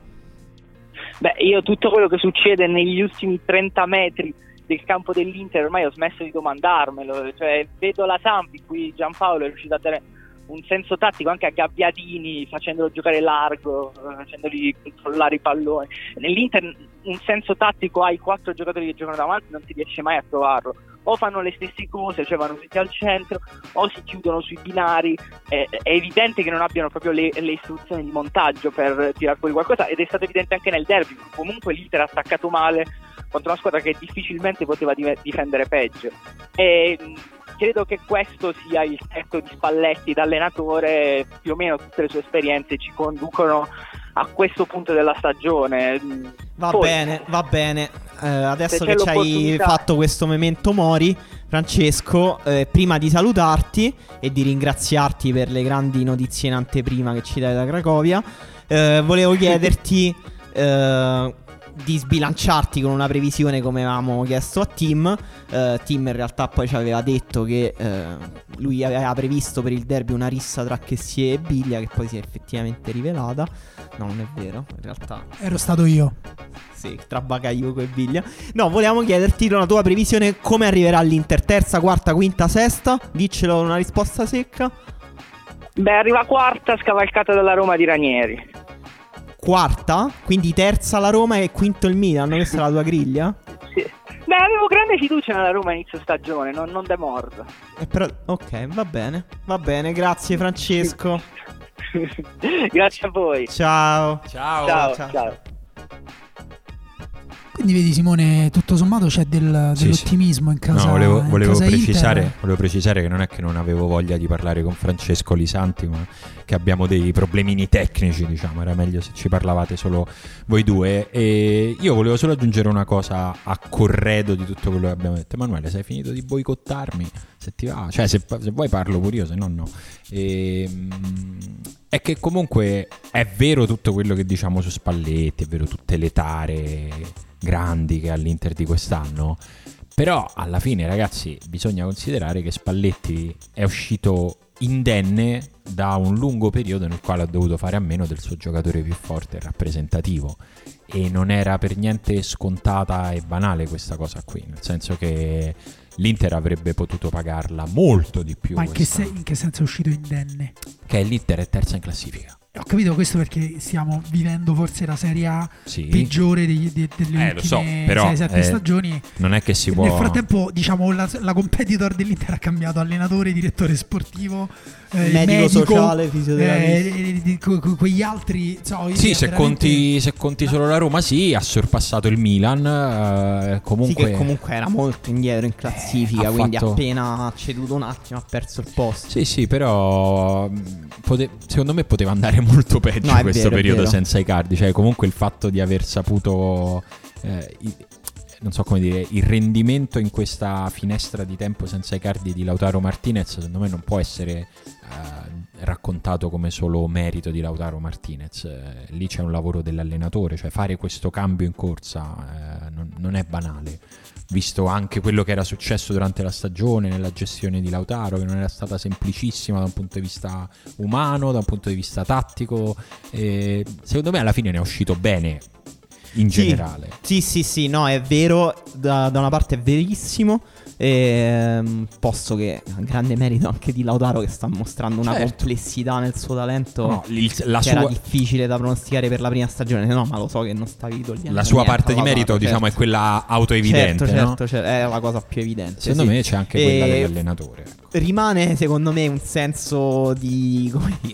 Io tutto quello che succede negli ultimi 30 metri del campo dell'Inter ormai ho smesso di domandarmelo, cioè vedo la Samp in cui Giampaolo è riuscito a dare un senso tattico anche a Gabbiadini, facendolo giocare largo, facendogli controllare i palloni. Nell'Inter un senso tattico ai 4 giocatori che giocano davanti non si riesce mai a trovarlo, o fanno le stesse cose, cioè vanno tutti al centro, o si chiudono sui binari. È evidente che non abbiano proprio le istruzioni di montaggio per tirar fuori qualcosa, ed è stato evidente anche nel derby. Comunque l'Inter ha attaccato male contro una squadra che difficilmente poteva difendere peggio, e credo che questo sia il tetto di Spalletti da allenatore. Più o meno tutte le sue esperienze ci conducono a questo punto della stagione. Va bene. Adesso che ci hai fatto questo memento mori, Francesco, prima di salutarti e di ringraziarti per le grandi notizie in anteprima che ci dai da Cracovia, volevo chiederti di sbilanciarti con una previsione come avevamo chiesto a Tim. Tim in realtà poi ci aveva detto che lui aveva previsto per il derby una rissa tra Kessie e Biglia, che poi si è effettivamente rivelata. No, non è vero, in realtà ero stato io. Sì, tra Bakayoko e Biglia. No, volevamo chiederti una tua previsione, come arriverà l'Inter, terza, quarta, quinta, sesta? Diccelo una risposta secca. Arriva quarta, scavalcata dalla Roma di Ranieri. Quarta? Quindi terza la Roma e quinto il Milan? Questa è la tua griglia? Sì. Avevo grande fiducia nella Roma inizio stagione, non demordo. Però, ok, va bene, grazie Francesco. Grazie a voi. Ciao. Quindi vedi, Simone, tutto sommato c'è dell'ottimismo in casa. No, volevo precisare che non è che non avevo voglia di parlare con Francesco Lisanti, ma che abbiamo dei problemini tecnici, diciamo. Era meglio se ci parlavate solo voi due. E io volevo solo aggiungere una cosa a corredo di tutto quello che abbiamo detto. Emanuele, sei finito di boicottarmi? Se ti va, cioè se vuoi parlo pure io, se no no. È che comunque è vero tutto quello che diciamo su Spalletti, è vero tutte le tare grandi che ha l'Inter di quest'anno, però alla fine, ragazzi, bisogna considerare che Spalletti è uscito indenne da un lungo periodo nel quale ha dovuto fare a meno del suo giocatore più forte e rappresentativo, e non era per niente scontata e banale questa cosa qui, nel senso che l'Inter avrebbe potuto pagarla molto di più. Ma in che senso è uscito indenne? Che l'Inter è terza in classifica. Ho capito questo perché stiamo vivendo forse la Serie A peggiore delle ultime però 6-7 stagioni. Non è che si può. Nel frattempo, diciamo, la competitor dell'Inter ha cambiato allenatore, direttore sportivo, medico sociale, fisioterapista, quegli altri. Sì, se conti solo la Roma, sì, ha sorpassato il Milan. Comunque, sì, che comunque era molto indietro in classifica, quindi appena ha ceduto un attimo ha perso il posto. Sì, però secondo me poteva andare molto peggio questo periodo senza Icardi. Cioè, comunque il fatto di aver saputo non so come dire, il rendimento in questa finestra di tempo senza Icardi di Lautaro Martinez, secondo me non può essere raccontato come solo merito di Lautaro Martinez. Lì c'è un lavoro dell'allenatore, cioè fare questo cambio in corsa non è banale, visto anche quello che era successo durante la stagione nella gestione di Lautaro, che non era stata semplicissima da un punto di vista umano, da un punto di vista tattico. Secondo me alla fine ne è uscito bene in generale. Sì, no, è vero, da una parte è verissimo, posto che grande merito anche di Lautaro, che sta mostrando una complessità nel suo talento era difficile da pronosticare per la prima stagione. No, ma lo so che non stavi togliendo la sua parte di merito, diciamo, è quella autoevidente, certo, è la cosa più evidente. Secondo me c'è anche quella dell'allenatore. Rimane secondo me un senso di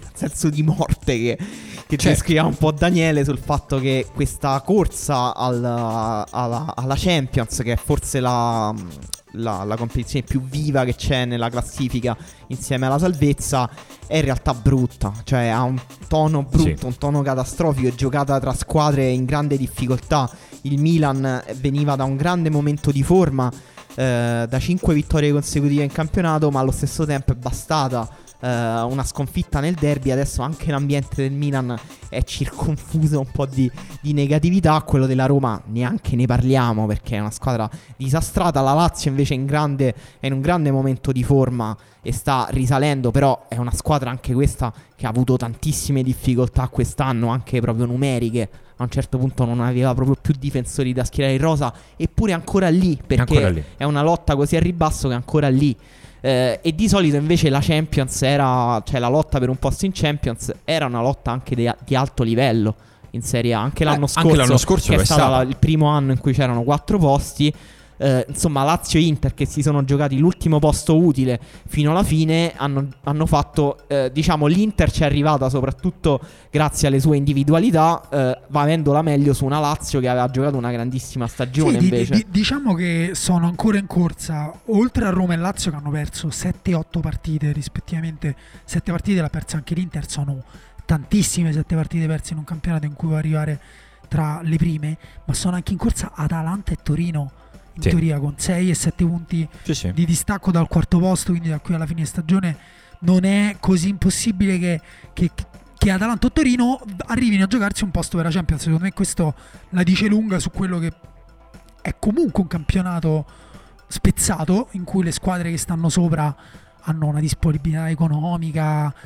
morte che descriviamo un po' Daniele, sul fatto che questa corsa alla Champions, che è forse la competizione più viva che c'è nella classifica insieme alla salvezza, è in realtà brutta, cioè ha un tono brutto, un tono catastrofico, è giocata tra squadre in grande difficoltà. Il Milan veniva da un grande momento di forma, da 5 vittorie consecutive in campionato, ma allo stesso tempo è bastata una sconfitta nel derby. Adesso anche l'ambiente del Milan è circonfuso un po' di negatività. Quello della Roma neanche ne parliamo, perché è una squadra disastrata. La Lazio invece è in un grande momento di forma e sta risalendo, però è una squadra anche questa che ha avuto tantissime difficoltà quest'anno, anche proprio numeriche. A un certo punto non aveva proprio più difensori da schierare in rosa, eppure è ancora lì, perché è una lotta così a ribasso che è ancora lì. E di solito invece la Champions la lotta per un posto in Champions era una lotta anche di alto livello in Serie A. Anche l'anno scorso che è stato il primo anno in cui c'erano 4 posti. Insomma, Lazio e Inter, che si sono giocati l'ultimo posto utile fino alla fine, hanno fatto, diciamo, l'Inter ci è arrivata soprattutto grazie alle sue individualità, va avendola meglio su una Lazio che aveva giocato una grandissima stagione. Invece diciamo che sono ancora in corsa, oltre a Roma e Lazio che hanno perso 7-8 partite rispettivamente. 7 partite l'ha persa anche l'Inter, sono tantissime 7 partite perse in un campionato in cui può arrivare tra le prime, ma sono anche in corsa Atalanta e Torino, in teoria, con 6 e 7 punti di distacco dal quarto posto, quindi da qui alla fine stagione non è così impossibile che Atalanta o Torino arrivino a giocarsi un posto per la Champions. Secondo me questo la dice lunga su quello che è comunque un campionato spezzato, in cui le squadre che stanno sopra hanno una disponibilità economica,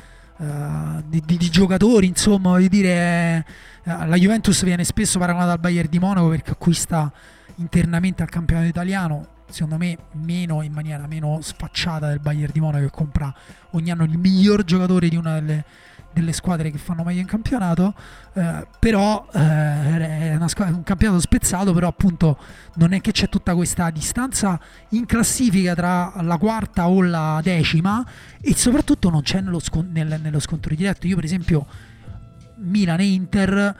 di giocatori, insomma, voglio dire, la Juventus viene spesso paragonata al Bayern di Monaco perché acquista internamente al campionato italiano, secondo me in maniera meno sfacciata del Bayern di Monaco, che compra ogni anno il miglior giocatore di una delle squadre che fanno meglio in campionato. Però è un campionato spezzato, però appunto non è che c'è tutta questa distanza in classifica tra la quarta o la decima, e soprattutto non c'è nello scontro diretto. Io per esempio Milan e Inter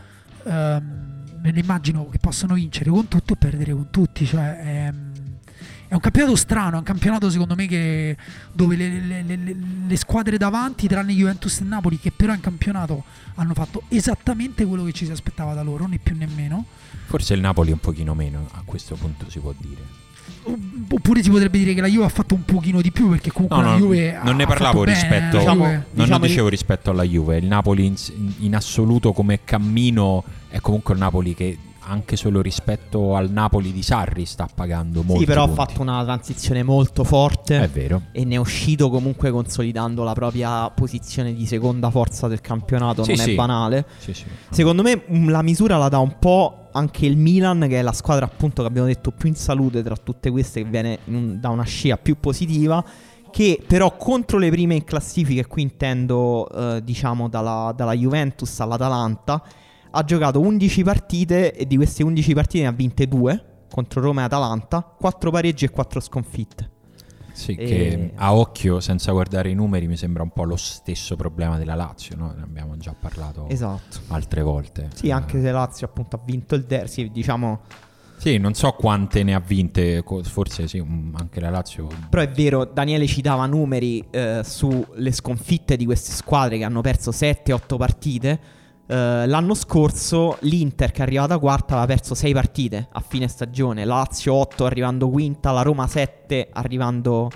me ne immagino che possono vincere con tutti o perdere con tutti, cioè è un campionato strano, è un campionato secondo me dove le squadre davanti, tranne Juventus e Napoli, che però in campionato hanno fatto esattamente quello che ci si aspettava da loro, né più né meno. Forse il Napoli un pochino meno, a questo punto si può dire. Oppure si potrebbe dire che la Juve ha fatto un pochino di più, perché comunque la Juve non ne parlavo rispetto bene, non dicevo rispetto alla Juve. Il Napoli in assoluto come cammino è comunque un Napoli che anche solo rispetto al Napoli di Sarri sta pagando molto. Sì, però punti. ha fatto una transizione molto forte. È vero. E ne è uscito comunque consolidando la propria posizione di seconda forza del campionato. Non è banale. Sì. Secondo me la misura la dà un po' anche il Milan, che è la squadra appunto che abbiamo detto più in salute tra tutte queste, che viene da una scia più positiva, che però contro le prime in classifica, qui intendo diciamo dalla Juventus all'Atalanta, ha giocato 11 partite e di queste 11 partite ne ha vinte 2 contro Roma e Atalanta, 4 pareggi e 4 sconfitte. Sì, che a occhio, senza guardare i numeri, mi sembra un po' lo stesso problema della Lazio, no? Ne abbiamo già parlato altre volte. Sì, anche se Lazio appunto ha vinto il derby, diciamo. Sì, non so quante ne ha vinte, forse sì, anche la Lazio. Però è vero, Daniele citava numeri sulle sconfitte di queste squadre che hanno perso 7-8 partite. L'anno scorso l'Inter, che è arrivata quarta, aveva perso 6 partite a fine stagione, la Lazio 8 arrivando quinta, la Roma 7 arrivando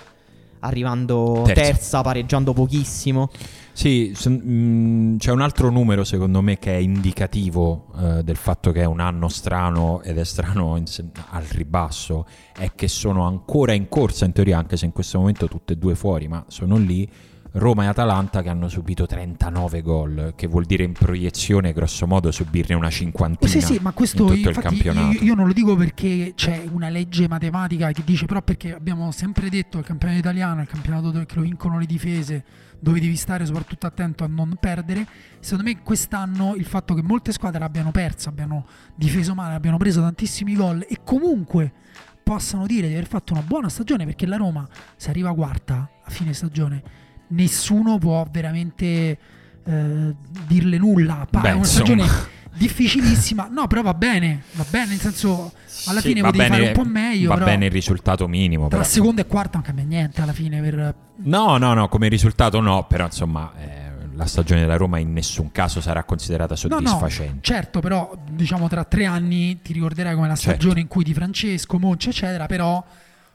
terza, pareggiando pochissimo. Sì, c'è un altro numero secondo me che è indicativo del fatto che è un anno strano, ed è strano al ribasso, è che sono ancora in corsa in teoria, anche se in questo momento tutte e due fuori, ma sono lì, Roma e Atalanta, che hanno subito 39 gol, che vuol dire in proiezione grosso modo subirne una cinquantina. Sì, ma questo in tutto il campionato. Io non lo dico perché c'è una legge matematica che dice, però perché abbiamo sempre detto il campionato italiano è il campionato che lo vincono le difese, dove devi stare soprattutto attento a non perdere. Secondo me quest'anno il fatto che molte squadre abbiano perso, abbiano difeso male, abbiano preso tantissimi gol e comunque possano dire di aver fatto una buona stagione, perché la Roma, se arriva quarta a fine stagione, nessuno può veramente dirle nulla. È una stagione difficilissima. No, però va bene, nel senso, alla fine potevi fare un po' meglio. Va bene il risultato minimo. Tra seconda e quarta non cambia niente alla fine No, come risultato no. Però insomma la stagione della Roma in nessun caso sarà considerata soddisfacente. No, certo, però diciamo tra 3 anni ti ricorderai come la stagione in cui Di Francesco, Monci eccetera. Però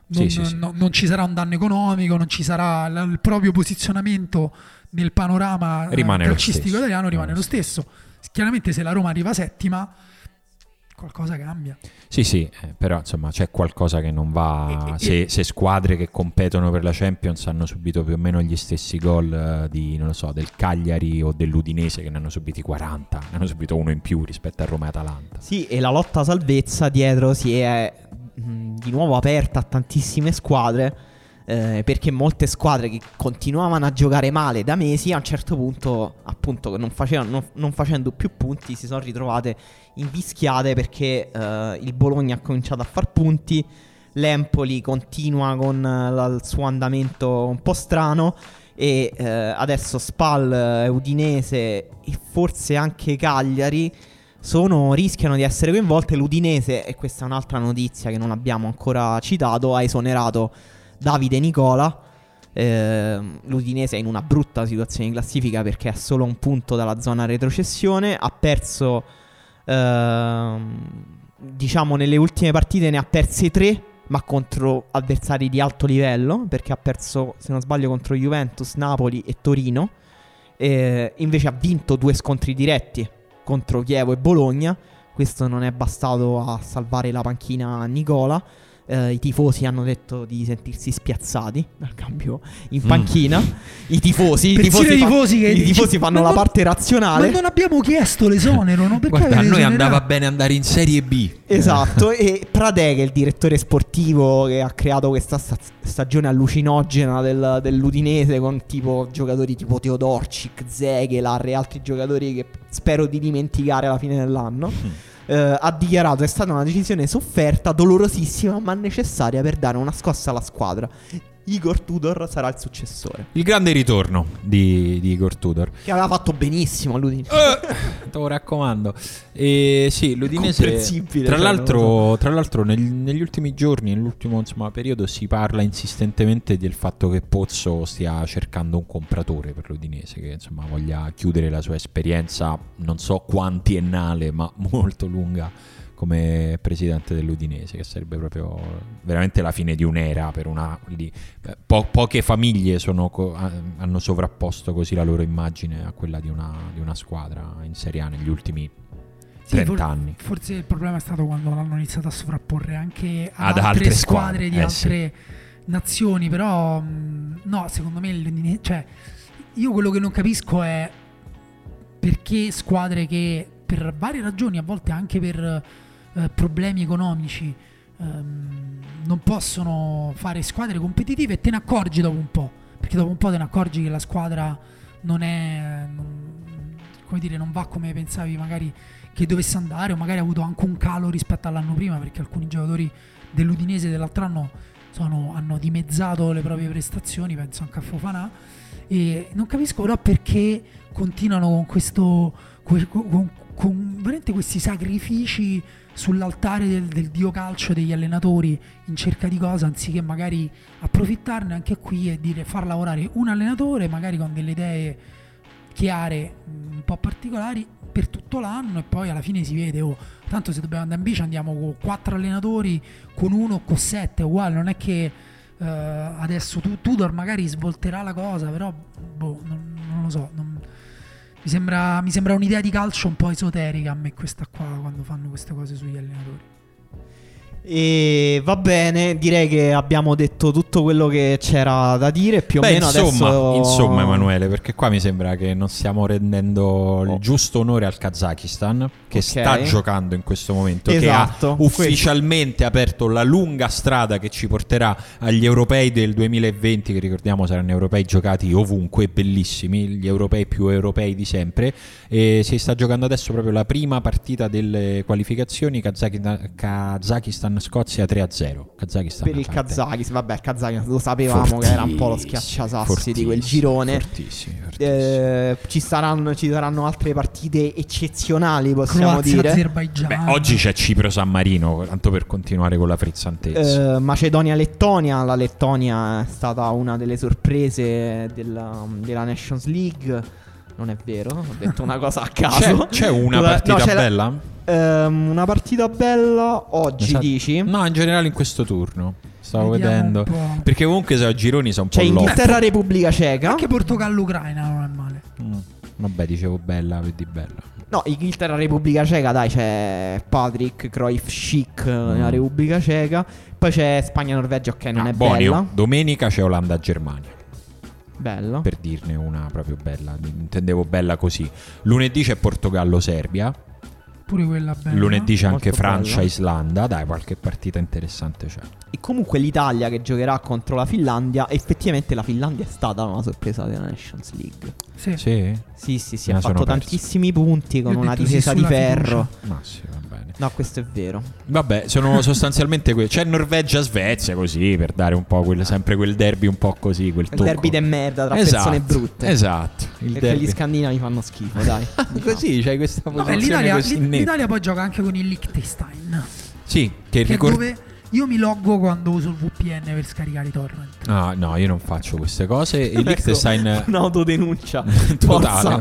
non ci sarà un danno economico, non ci sarà il proprio posizionamento nel panorama calcistico italiano, rimane lo stesso. Chiaramente se la Roma arriva settima qualcosa cambia. Sì, però insomma c'è qualcosa che non va. Se squadre che competono per la Champions hanno subito più o meno gli stessi gol del Cagliari o dell'Udinese, che ne hanno subiti 40, ne hanno subito uno in più rispetto a Roma e Atalanta. Sì, e la lotta salvezza dietro si è di nuovo aperta a tantissime squadre, perché molte squadre che continuavano a giocare male da mesi, a un certo punto, appunto, non facendo più punti, si sono ritrovate invischiate, perché il Bologna ha cominciato a far punti, l'Empoli continua con il suo andamento un po' strano, e adesso Spal, Udinese e forse anche Cagliari rischiano di essere coinvolte. L'Udinese, e questa è un'altra notizia che non abbiamo ancora citato, ha esonerato Davide Nicola. L'Udinese è in una brutta situazione di classifica perché è solo un punto dalla zona retrocessione. Ha perso diciamo nelle ultime partite ne ha perse 3, ma contro avversari di alto livello, perché ha perso, se non sbaglio, contro Juventus, Napoli e Torino. Invece ha vinto 2 scontri diretti contro Chievo e Bologna. Questo non è bastato a salvare la panchina a Nicola. I tifosi hanno detto di sentirsi spiazzati dal cambio in panchina. I tifosi fanno la parte razionale. Ma non abbiamo chiesto l'esonero, no? Guarda, a noi andava bene andare in Serie B. Esatto. E Pradè, che è il direttore sportivo che ha creato questa stagione allucinogena dell'Udinese, con tipo giocatori tipo Teodorcic, Zegelar e altri giocatori che spero di dimenticare alla fine dell'anno, ha dichiarato: è stata una decisione sofferta, dolorosissima, ma necessaria per dare una scossa alla squadra. Igor Tudor sarà il successore. Il grande ritorno di Igor Tudor, che aveva fatto benissimo all'Udinese. Te lo raccomando. Sì, l'Udinese, tra l'altro negli ultimi giorni, nell'ultimo periodo, si parla insistentemente del fatto che Pozzo stia cercando un compratore per l'Udinese, che insomma voglia chiudere la sua esperienza, non so quantiennale, ma molto lunga, come presidente dell'Udinese, che sarebbe proprio veramente la fine di un'era per poche famiglie hanno sovrapposto così la loro immagine a quella di una squadra in Serie A negli ultimi 30 anni. Forse il problema è stato quando l'hanno iniziato a sovrapporre anche ad altre squadre di altre nazioni, però no, secondo me cioè, io quello che non capisco è perché squadre che per varie ragioni, a volte anche per problemi economici, non possono fare squadre competitive, e te ne accorgi dopo un po', perché dopo un po' te ne accorgi che la squadra non va come pensavi magari che dovesse andare, o magari ha avuto anche un calo rispetto all'anno prima, perché alcuni giocatori dell'Udinese dell'altro anno hanno dimezzato le proprie prestazioni, penso anche a Fofana, e non capisco però perché continuano con questo con veramente questi sacrifici sull'altare del dio calcio degli allenatori in cerca di cosa, anziché magari approfittarne anche qui e dire far lavorare un allenatore magari con delle idee chiare, un po' particolari per tutto l'anno, e poi alla fine si vede, tanto se dobbiamo andare in bici andiamo con 4 allenatori, con 1 o con 7, uguale, non è che adesso Tudor magari svolterà la cosa, però non lo so, mi sembra un'idea di calcio un po' esoterica a me questa qua, quando fanno queste cose sugli allenatori. E va bene, direi che abbiamo detto tutto quello che c'era da dire più o meno. Insomma Emanuele, perché qua mi sembra che non stiamo rendendo il giusto onore al Kazakistan, che sta giocando in questo momento, esatto, che ha ufficialmente aperto la lunga strada che ci porterà agli europei del 2020, che ricordiamo saranno europei giocati ovunque, bellissimi, gli europei più europei di sempre, e si sta giocando adesso proprio la prima partita delle qualificazioni, Kazakistan-Scozia 3-0. Per il Kazakistan, vabbè, il Kazakistan lo sapevamo che era un po' lo schiacciasassi di quel girone. Fortissimo. Ci saranno altre partite eccezionali, possiamo dire. Azerbaigian. Oggi c'è Cipro-San Marino, tanto per continuare con la frizzantezza. Macedonia-Lettonia. La Lettonia è stata una delle sorprese della Nations League. Non è vero, ho detto una cosa a caso. C'è una partita bella? Una partita bella oggi, esatto. Dici? No, in generale in questo turno. Stavo vedendo. Perché comunque se a gironi sono un po' c'è Inghilterra, Repubblica Ceca. Anche Portogallo-Ucraina non è male. Vabbè, dicevo bella, vedi bella. No, Inghilterra, Repubblica Ceca, dai, c'è Patrick, Cruyff, Schick nella Repubblica Ceca. Poi c'è Spagna-Norvegia, ok, non è bella. Domenica c'è Olanda-Germania. Bello. Per dirne una proprio bella, intendevo bella così. Lunedì c'è Portogallo-Serbia. Pure quella bella. Lunedì c'è anche molto Francia-Islanda. Dai, qualche partita interessante c'è. E comunque l'Italia che giocherà contro la Finlandia. Effettivamente la Finlandia è stata una sorpresa della Nations League. Sì. Sì, ha fatto tantissimi punti con una difesa di ferro. Ma sì, va bene. No, questo è vero. Vabbè, sono sostanzialmente c'è Norvegia-Svezia, così, per dare un po' sempre quel derby un po' così, il derby de merda tra persone brutte. Esatto. Perché gli scandinavi fanno schifo, dai. Così c'hai questa posizione così netta. L'Italia poi gioca anche con il Liechtenstein. Sì, che dove io mi loggo quando uso il VPN per scaricare i torrent. No, io non faccio queste cose. Il Liechtenstein un'autodenuncia totale.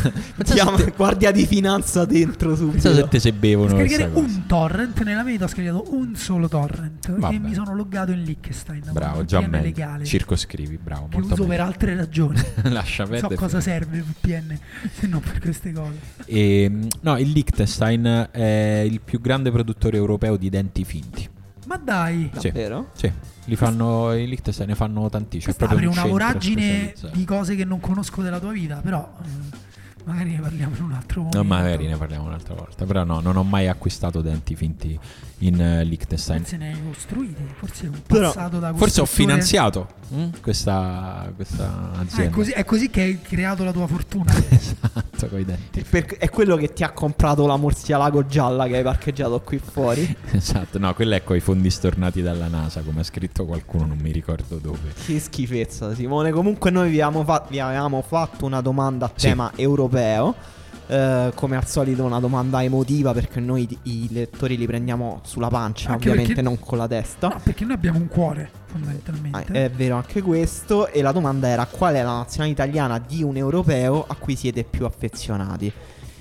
Guardia di finanza dentro subito. Pensa se bevono scaricare un torrent. Nella mia vita ho scaricato un solo torrent. E mi sono loggato in Liechtenstein. Bravo, già meglio. Legale, circoscrivi, bravo. Che uso per altre ragioni. Lascia perdere. So cosa serve il VPN se non per queste cose. No, il Liechtenstein è il più grande produttore europeo di denti finti. Ma dai, davvero? Sì, li fanno i Liechtenstein, ne fanno tantissimi. Apre una voragine di cose che non conosco della tua vita, però magari ne parliamo in un altro momento. Magari ne parliamo un'altra volta. Però no, non ho mai acquistato denti finti in Liechtenstein. Forse ne hai costruiti, forse è un passato da forse ho finanziato questa azienda. È così che hai creato la tua fortuna. Esatto, coi denti. È quello che ti ha comprato la Murcielago gialla che hai parcheggiato qui fuori. Esatto, no, quella è coi fondi stornati dalla NASA, come ha scritto qualcuno, non mi ricordo dove. Che schifezza, Simone. Comunque noi vi avevamo fatto una domanda a tema europeo. Come al solito una domanda emotiva, perché noi i lettori li prendiamo sulla pancia, anche ovviamente non con la testa. No, perché noi abbiamo un cuore, fondamentalmente. È vero anche questo. E la domanda era: qual è la nazionale italiana di un europeo a cui siete più affezionati?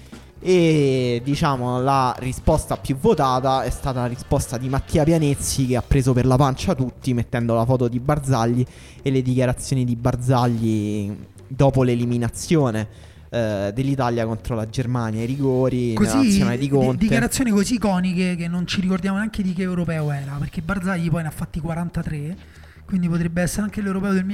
E diciamo la risposta più votata è stata la risposta di Mattia Pianezzi, che ha preso per la pancia tutti mettendo la foto di Barzagli e le dichiarazioni di Barzagli dopo l'eliminazione dell'Italia contro la Germania, i rigori, la nazionale di Conte. Dichiarazioni così iconiche che non ci ricordiamo neanche di che europeo era, perché Barzagli poi ne ha fatti 43, quindi potrebbe essere anche l'europeo del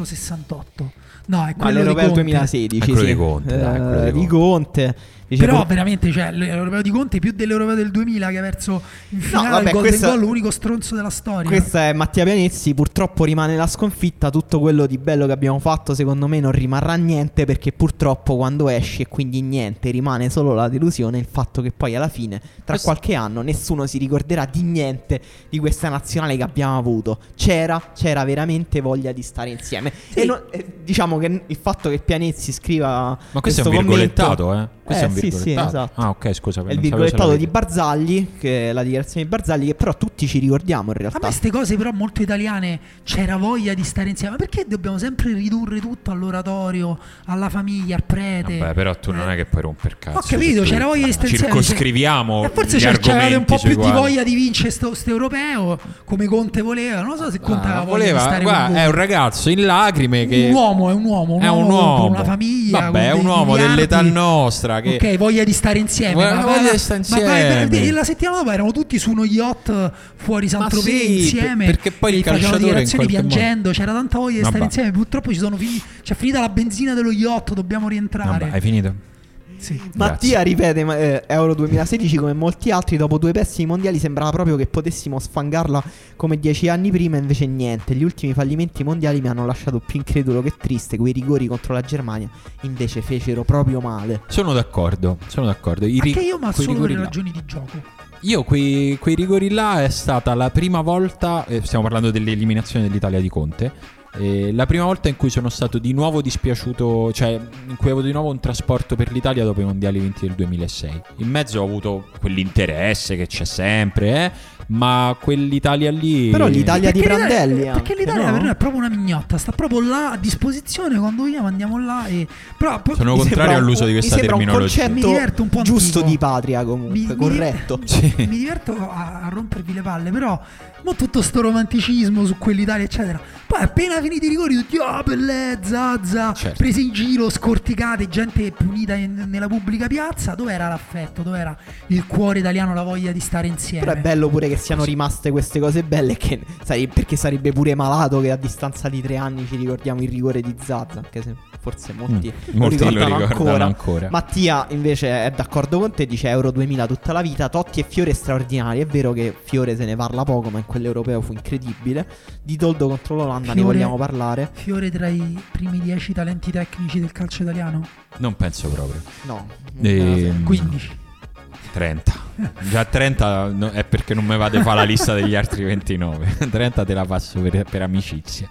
1968. No, è quello l'europeo di Conte. 2016, è quello di Conte, quello di Conte. Però veramente, cioè, l'europeo di Conte più dell'europeo del 2000 che ha verso in finale il gol del gol, l'unico stronzo della storia. Questa è Mattia Pianezzi. Purtroppo rimane la sconfitta. Tutto quello di bello che abbiamo fatto secondo me non rimarrà niente, perché purtroppo quando esci e quindi niente, rimane solo la delusione, il fatto che poi alla fine tra qualche anno nessuno si ricorderà di niente di questa nazionale che abbiamo avuto. C'era veramente voglia di stare insieme. Sì. Diciamo che il fatto che Pianezzi scriva, ma questo è un virgolettato, questo è un virgolettato. Sì, esatto. Ah, ok, scusa. È il virgolettato di Barzagli, che è la dichiarazione di Barzagli, che però tutti ci ricordiamo in realtà. A me queste cose però molto italiane, c'era voglia di stare insieme. Ma perché dobbiamo sempre ridurre tutto all'oratorio, alla famiglia, al prete? Vabbè, però tu non è che puoi romper cazzo. Ho capito, c'era voglia di stare insieme. Circoscriviamo forse c'avete un po' più di voglia di vincere sto europeo, come Conte voleva. Non so se Conte aveva voglia di stare con voi. È un ragazzo in lacrime che... È un uomo con una famiglia. Vabbè, è un uomo dell'età nostra che... Ok, voglia di stare insieme. Voglia di stare insieme. La settimana dopo erano tutti su uno yacht fuori San Tropez insieme, perché poi il calciatore dichiarazioni piangendo, c'era tanta voglia di stare insieme. Purtroppo c'è finita la benzina dello yacht, dobbiamo rientrare. Vabbè, hai finito? Sì. Mattia ripete Euro 2016 come molti altri. Dopo 2 pessimi mondiali sembrava proprio che potessimo sfangarla come 10 anni prima, invece niente. Gli ultimi fallimenti mondiali mi hanno lasciato più incredulo che triste. Quei rigori contro la Germania invece fecero proprio male. Sono d'accordo. Anche io, ma solo per ragioni di gioco. Io quei rigori là è stata la prima volta, stiamo parlando dell'eliminazione dell'Italia di Conte, la prima volta in cui sono stato di nuovo dispiaciuto, cioè in cui avevo di nuovo un trasporto per l'Italia dopo i mondiali vinti del 2006. In mezzo ho avuto quell'interesse che c'è sempre, ma quell'Italia lì... Però l'Italia di Prandelli perché l'Italia per noi è proprio una mignotta, sta proprio là a disposizione, quando vogliamo andiamo là però sono contrario all'uso di questa terminologia. Mi diverto un po' giusto di patria, comunque corretto. Mi diverto a rompervi le palle, però mo tutto sto romanticismo su quell'Italia eccetera, poi appena finiti i rigori tutti Pelé, Zazza, certo, prese in giro, scorticate, gente punita nella pubblica piazza. Dov'era l'affetto, dov'era il cuore italiano, la voglia di stare insieme? Però è bello pure che siano rimaste queste cose belle, che perché sarebbe pure malato che a distanza di 3 anni ci ricordiamo il rigore di Zazza, anche se forse molti lo ricordano ancora. Mattia invece è d'accordo con te, dice Euro 2000 tutta la vita, Totti e Fiore straordinari. È vero che Fiore se ne parla poco, ma in quell'europeo fu incredibile. Di Toldo contro l'Olanda ne vogliamo parlare? Fiore tra i primi 10 talenti tecnici del calcio italiano? Non penso proprio. No, 15. 30. Già 30 è perché non mi vade fa la lista degli altri 29. 30 te la passo per amicizia.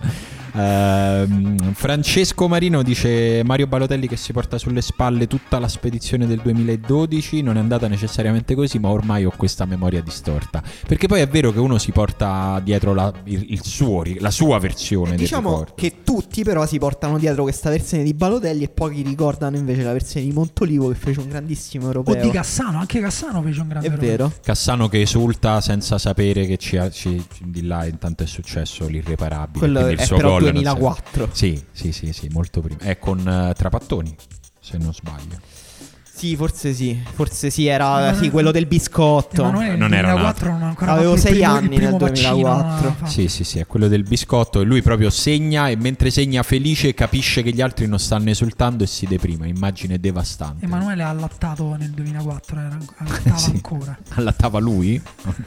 Francesco Marino dice Mario Balotelli che si porta sulle spalle tutta la spedizione del 2012. Non è andata necessariamente così, ma ormai ho questa memoria distorta, perché poi è vero che uno si porta dietro la sua versione. Diciamo che tutti però si portano dietro questa versione di Balotelli e pochi ricordano invece la versione di Montolivo, che fece un grandissimo europeo. O di Cassano, anche Cassano fece un grande europeo. È vero. Cassano che esulta senza sapere che di là intanto è successo l'irreparabile. Quello il è suo però gol 2004. Sì, molto prima. È con Trapattoni, se non sbaglio. Sì, forse sì, era quello del biscotto. Emanuele, non era 2004 non ancora. Avevo 6 anni nel 2004. Sì, è quello del biscotto. E lui proprio segna, e mentre segna felice capisce che gli altri non stanno esultando e si deprime. Immagine devastante. Emanuele ha allattato nel 2004, allattava sì. Ancora. Allattava lui?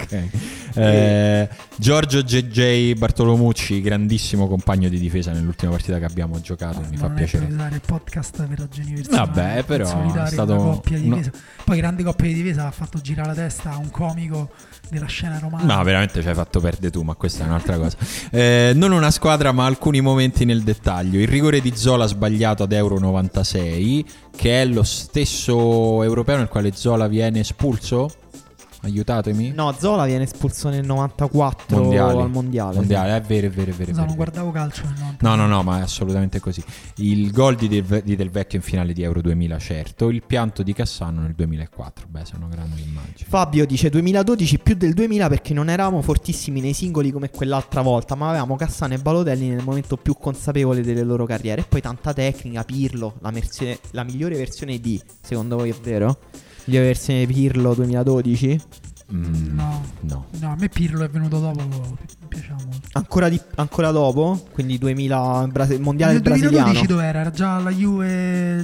Ok. Giorgio JJ Bartolomucci, grandissimo compagno di difesa nell'ultima partita che abbiamo giocato. Mi fa piacere. Non usare il podcast per ragioni personali. Vabbè, però è stato coppia di difesa. Poi grande coppia di difesa, ha fatto girare la testa a un comico della scena romana. No, veramente ci hai fatto perdere tu, ma questa è un'altra cosa. Non una squadra, ma alcuni momenti nel dettaglio. Il rigore di Zola sbagliato ad Euro 96, che è lo stesso europeo nel quale Zola viene espulso. Aiutatemi. No, Zola viene espulso nel 94 al mondiale. Sì. È vero. Non guardavo calcio. No, ma è assolutamente così. Il gol di Del Vecchio in finale di Euro 2000, certo. Il pianto di Cassano nel 2004. Beh, sono grandi immagini. Fabio dice 2012 più del 2000 perché non eravamo fortissimi nei singoli come quell'altra volta, ma avevamo Cassano e Balotelli nel momento più consapevole delle loro carriere. E poi tanta tecnica, Pirlo, la migliore versione di, secondo voi è vero? Migliore versione di Pirlo 2012? No, a me Pirlo è venuto dopo, mi piaceva molto. Ancora dopo? Quindi 2000 mondiale del brasiliano. Nel 2012 dov'era? Era già la Juve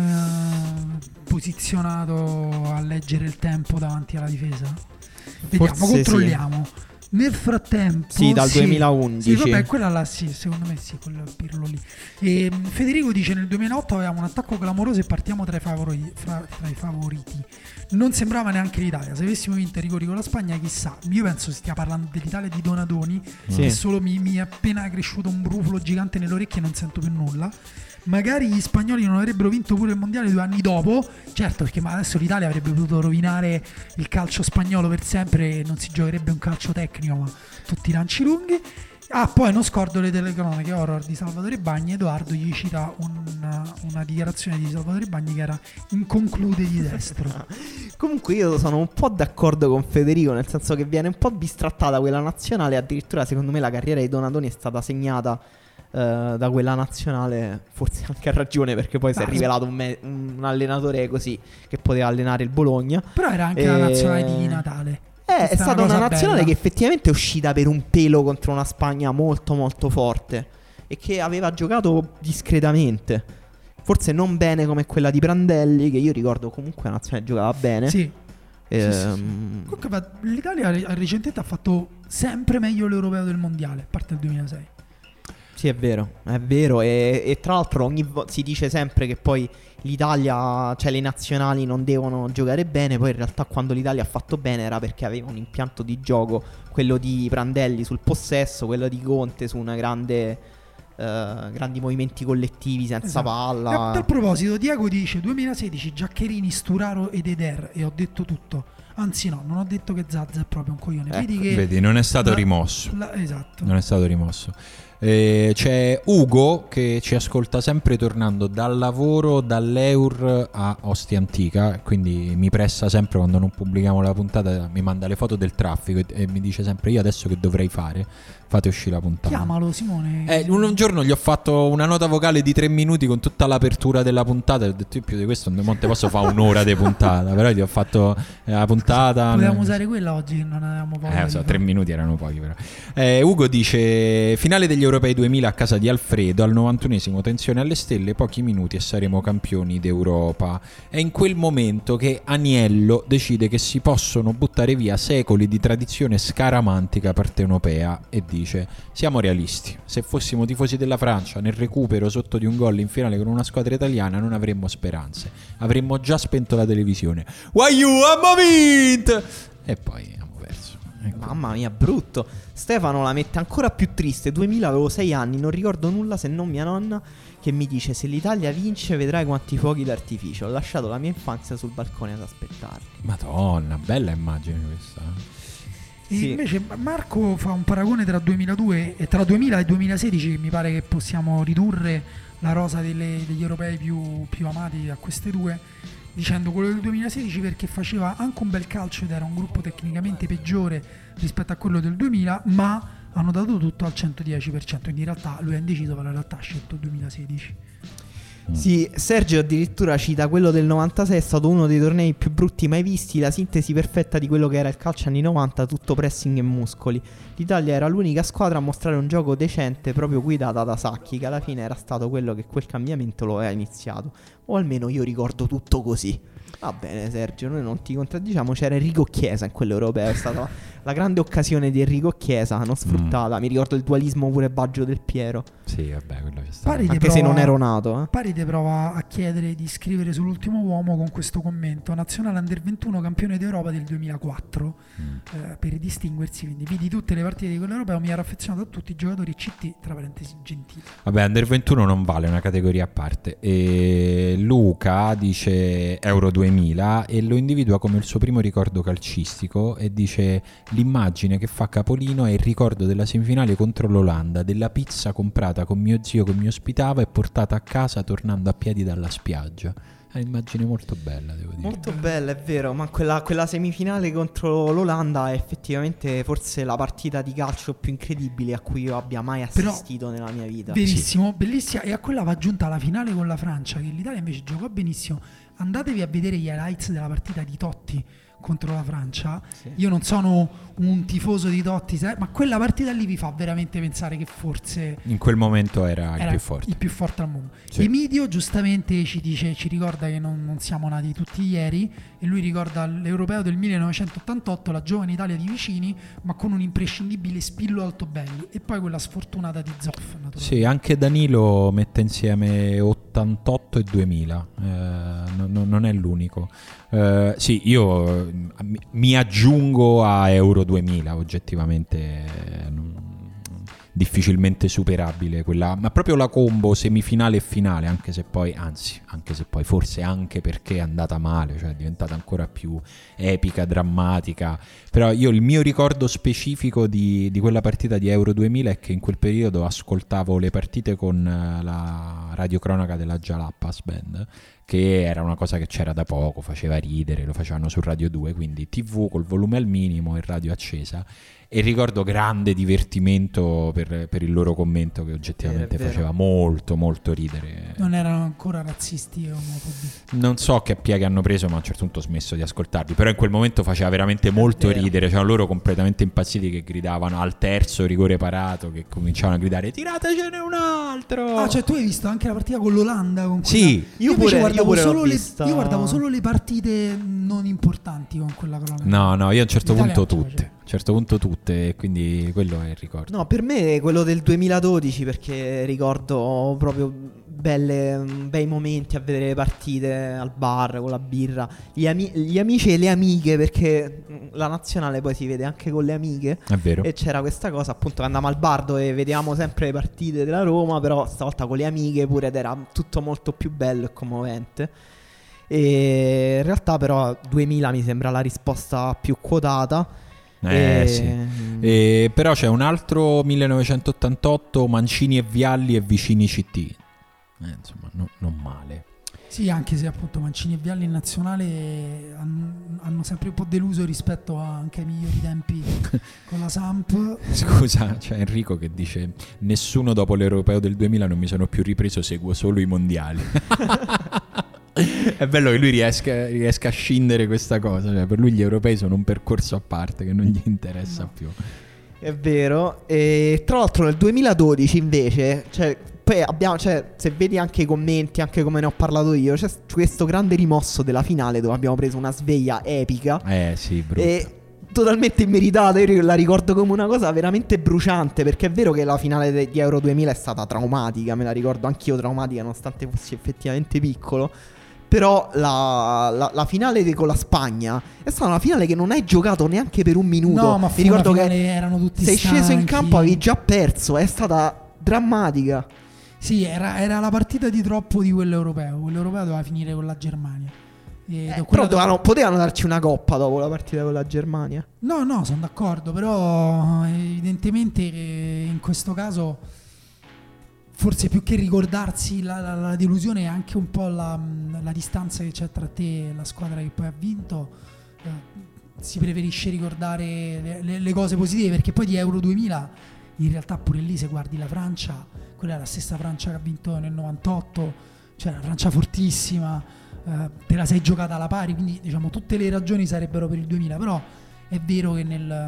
posizionato a leggere il tempo davanti alla difesa? Vediamo, forse controlliamo. Sì. Nel frattempo, sì, dal 2011. Sì, vabbè, quella là sì, secondo me sì, quel Pirlo lì. E Federico dice nel 2008 avevamo un attacco clamoroso e partiamo tra i favoriti. Non sembrava neanche l'Italia. Se avessimo vinto i rigori con la Spagna, chissà. Io penso si stia parlando dell'Italia di Donadoni, che solo mi è appena cresciuto un brufolo gigante nelle orecchie e non sento più nulla. Magari gli spagnoli non avrebbero vinto pure il mondiale 2 anni dopo, certo, perché adesso l'Italia avrebbe potuto rovinare il calcio spagnolo per sempre e non si giocherebbe un calcio tecnico, ma tutti lanci lunghi. Poi non scordo le telecronache horror di Salvatore Bagni. Edoardo gli cita una dichiarazione di Salvatore Bagni che era inconclude di destro. Comunque io sono un po' d'accordo con Federico, nel senso che viene un po' bistrattata quella nazionale. Addirittura secondo me la carriera di Donadoni è stata segnata da quella nazionale, forse anche a ragione, perché poi si è rivelato un allenatore così che poteva allenare il Bologna. Però era anche la nazionale di Natale. È stata una nazionale bella, che effettivamente è uscita per un pelo contro una Spagna molto molto forte e che aveva giocato discretamente, forse non bene come quella di Prandelli, che io ricordo comunque una nazionale che giocava bene. Sì. Comunque l'Italia recentemente ha fatto sempre meglio l'europeo del mondiale, a parte il 2006. Sì, è vero, e tra l'altro si dice sempre che poi l'Italia, cioè le nazionali non devono giocare bene, poi in realtà quando l'Italia ha fatto bene era perché aveva un impianto di gioco, quello di Prandelli sul possesso, quello di Conte su una grandi movimenti collettivi senza palla. A tal proposito, Diego dice 2016 Giaccherini, Sturaro ed Eder, e ho detto tutto. Anzi no, non ho detto che Zazza è proprio un coglione. Vedi, non è stato rimosso. Esatto. Non è stato rimosso. C'è Ugo che ci ascolta sempre tornando dal lavoro, dall'Eur a Ostia Antica, quindi mi pressa sempre quando non pubblichiamo la puntata, mi manda le foto del traffico e mi dice sempre: io adesso che dovrei fare? Fate uscire la puntata. Chiamalo Simone. Un giorno gli ho fatto una nota vocale di 3 minuti con tutta l'apertura della puntata e ho detto: io più di questo non te posso fare un'ora di puntata, però ti ho fatto la puntata. Potevamo usare quella oggi che non avevamo poco. 3 minuti erano pochi però. Ugo dice: finale degli Europei 2000 a casa di Alfredo, al 91esimo tensione alle stelle, pochi minuti e saremo campioni d'Europa. È in quel momento che Aniello decide che si possono buttare via secoli di tradizione scaramantica partenopea e dice: siamo realisti, se fossimo tifosi della Francia nel recupero sotto di un gol in finale con una squadra italiana non avremmo speranze, avremmo già spento la televisione. Why you abbiamo vinto! E poi abbiamo perso. Mamma mia, brutto. Stefano la mette ancora più triste. 2000, avevo 6 anni, non ricordo nulla se non mia nonna che mi dice: se l'Italia vince vedrai quanti fuochi d'artificio. Ho lasciato la mia infanzia sul balcone ad aspettarli. Madonna, bella immagine questa. Sì. Invece Marco fa un paragone tra 2002 e tra 2000 e 2016. Mi pare che possiamo ridurre la rosa degli europei più amati a queste due, dicendo quello del 2016 perché faceva anche un bel calcio ed era un gruppo tecnicamente peggiore rispetto a quello del 2000, ma hanno dato tutto al 110%, quindi in realtà lui ha indeciso, ma in realtà ha scelto il 2016. Sì, Sergio addirittura cita quello del 96, è stato uno dei tornei più brutti mai visti, la sintesi perfetta di quello che era il calcio anni 90, tutto pressing e muscoli. L'Italia era l'unica squadra a mostrare un gioco decente, proprio guidata da Sacchi, che alla fine era stato quello che quel cambiamento lo aveva iniziato, o almeno io ricordo tutto così. Va bene Sergio, noi non ti contraddiciamo, c'era Enrico Chiesa in quell'europeo, è stata la grande occasione di Enrico Chiesa, non sfruttata. Mi ricordo il dualismo pure Baggio del Piero. Sì, vabbè, quello c'è stato. Anche se non ero nato. Paride prova a chiedere di scrivere sull'ultimo uomo con questo commento: Nazionale Under 21 campione d'Europa del 2004, per distinguersi, quindi vidi tutte le partite di quell'europeo, mi ero affezionato a tutti i giocatori CT, tra parentesi gentili. Vabbè, Under 21 non vale, una categoria a parte. E Luca dice Euro 2000 2000 e lo individua come il suo primo ricordo calcistico e dice: l'immagine che fa capolino è il ricordo della semifinale contro l'Olanda, della pizza comprata con mio zio che mi ospitava e portata a casa tornando a piedi dalla spiaggia. È un'immagine molto bella, devo dire. Molto bella, è vero, ma quella semifinale contro l'Olanda è effettivamente forse la partita di calcio più incredibile a cui io abbia mai assistito nella mia vita. Verissimo, sì. Bellissima. E a quella va aggiunta la finale con la Francia, che l'Italia invece giocò benissimo. Andatevi a vedere gli highlights della partita di Totti contro la Francia. Sì. Io non sono un tifoso di Totti, ma quella partita lì vi fa veramente pensare che forse in quel momento era il più forte al mondo. Sì. Emidio giustamente ci ricorda che non siamo nati tutti ieri, e lui ricorda l'Europeo del 1988, la giovane Italia di Vicini, ma con un imprescindibile Spillo Altobelli, e poi quella sfortunata di Zoff. Sì, anche Danilo mette insieme 88 e 2000, non è l'unico. Sì, io mi aggiungo a Euro 2000, oggettivamente difficilmente superabile quella, ma proprio la combo semifinale e finale, anche se poi forse anche perché è andata male, cioè è diventata ancora più epica, drammatica. Però io il mio ricordo specifico di quella partita di Euro 2000 è che in quel periodo ascoltavo le partite con la radiocronaca della Jalapas Band, che era una cosa che c'era da poco, faceva ridere, lo facevano su Radio 2, quindi TV col volume al minimo e radio accesa, e ricordo grande divertimento per il loro commento, che oggettivamente faceva molto molto ridere. Non erano ancora razzisti o omofobi? Non so che pieghe hanno preso, ma a un certo punto ho smesso di ascoltarli, però in quel momento faceva veramente molto ridere, cioè loro completamente impazziti che gridavano al terzo rigore parato, che cominciavano a gridare tiratecene un altro. Ah, cioè tu hai visto anche la partita con l'Olanda? Con sì, io guardavo solo le partite non importanti con quella cronaca. No, io a un certo punto tutte, e quindi quello è il ricordo. No, per me è quello del 2012, perché ricordo proprio bei momenti a vedere le partite al bar con la birra, gli amici e le amiche, perché la nazionale poi si vede anche con le amiche. È vero. E c'era questa cosa, appunto, che andavamo al bar dove vedevamo sempre le partite della Roma, però stavolta con le amiche pure, ed era tutto molto più bello e commovente. E in realtà però 2000 mi sembra la risposta più quotata. Sì. Però c'è un altro 1988, Mancini e Vialli e Vicini CT. Insomma, non male. Sì, anche se appunto Mancini e Vialli in nazionale hanno sempre un po' deluso rispetto anche ai migliori tempi con la Samp. Scusa, c'è Enrico che dice: nessuno dopo l'Europeo del 2000, non mi sono più ripreso, seguo solo i mondiali. È bello che lui riesca a scindere questa cosa, cioè per lui gli europei sono un percorso a parte che non gli interessa più. È vero. E tra l'altro nel 2012 invece, poi abbiamo, se vedi anche i commenti, anche come ne ho parlato io, c'è questo grande rimosso della finale dove abbiamo preso una sveglia epica. Sì, brutta. E totalmente immeritata. Io la ricordo come una cosa veramente bruciante, perché è vero che la finale di Euro 2000 è stata traumatica, me la ricordo anch'io traumatica nonostante fossi effettivamente piccolo. Però la finale con la Spagna è stata una finale che non hai giocato neanche per un minuto. No, ma mi ricordo che erano tutti sei stanchi. sceso in campo, avevi già perso. È stata drammatica. Sì, era la partita di troppo di quell'europeo. Quell'europeo doveva finire con la Germania. Però potevano darci una coppa dopo la partita con la Germania. No, sono d'accordo. Però evidentemente in questo caso, forse più che ricordarsi la delusione, è anche un po' la distanza che c'è tra te e la squadra che poi ha vinto. Si preferisce ricordare le cose positive, perché poi di Euro 2000 in realtà pure lì, se guardi la Francia, quella è la stessa Francia che ha vinto nel 98, cioè una Francia fortissima, te la sei giocata alla pari, quindi diciamo tutte le ragioni sarebbero per il 2000. Però è vero che nel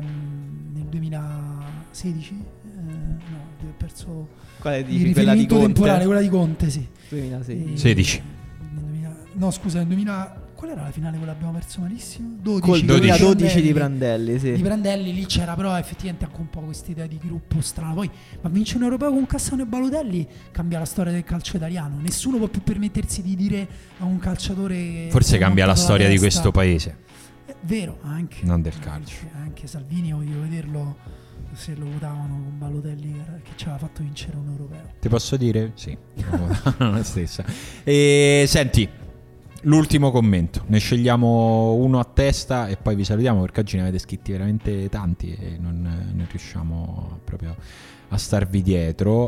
2016 ho perso il riferimento temporale, quella di Conte, sì. 2016. No, scusa, nel 2000. Qual era la finale, quella abbiamo perso malissimo? 12 di Prandelli, sì. Di Prandelli, lì c'era però effettivamente anche un po' questa idea di gruppo strana. Poi, ma vince un europeo con Cassano e Balotelli cambia la storia del calcio italiano. Nessuno può più permettersi di dire a un calciatore. Forse cambia la storia di questo paese. È vero, anche. Non del calcio. Anche Salvini, voglio vederlo, se lo votavano con Balotelli che ci aveva fatto vincere un europeo. Ti posso dire? Sì, la stessa. E senti, L'ultimo commento, ne scegliamo uno a testa e poi vi salutiamo, perché oggi ne avete scritti veramente tanti e non riusciamo proprio a starvi dietro.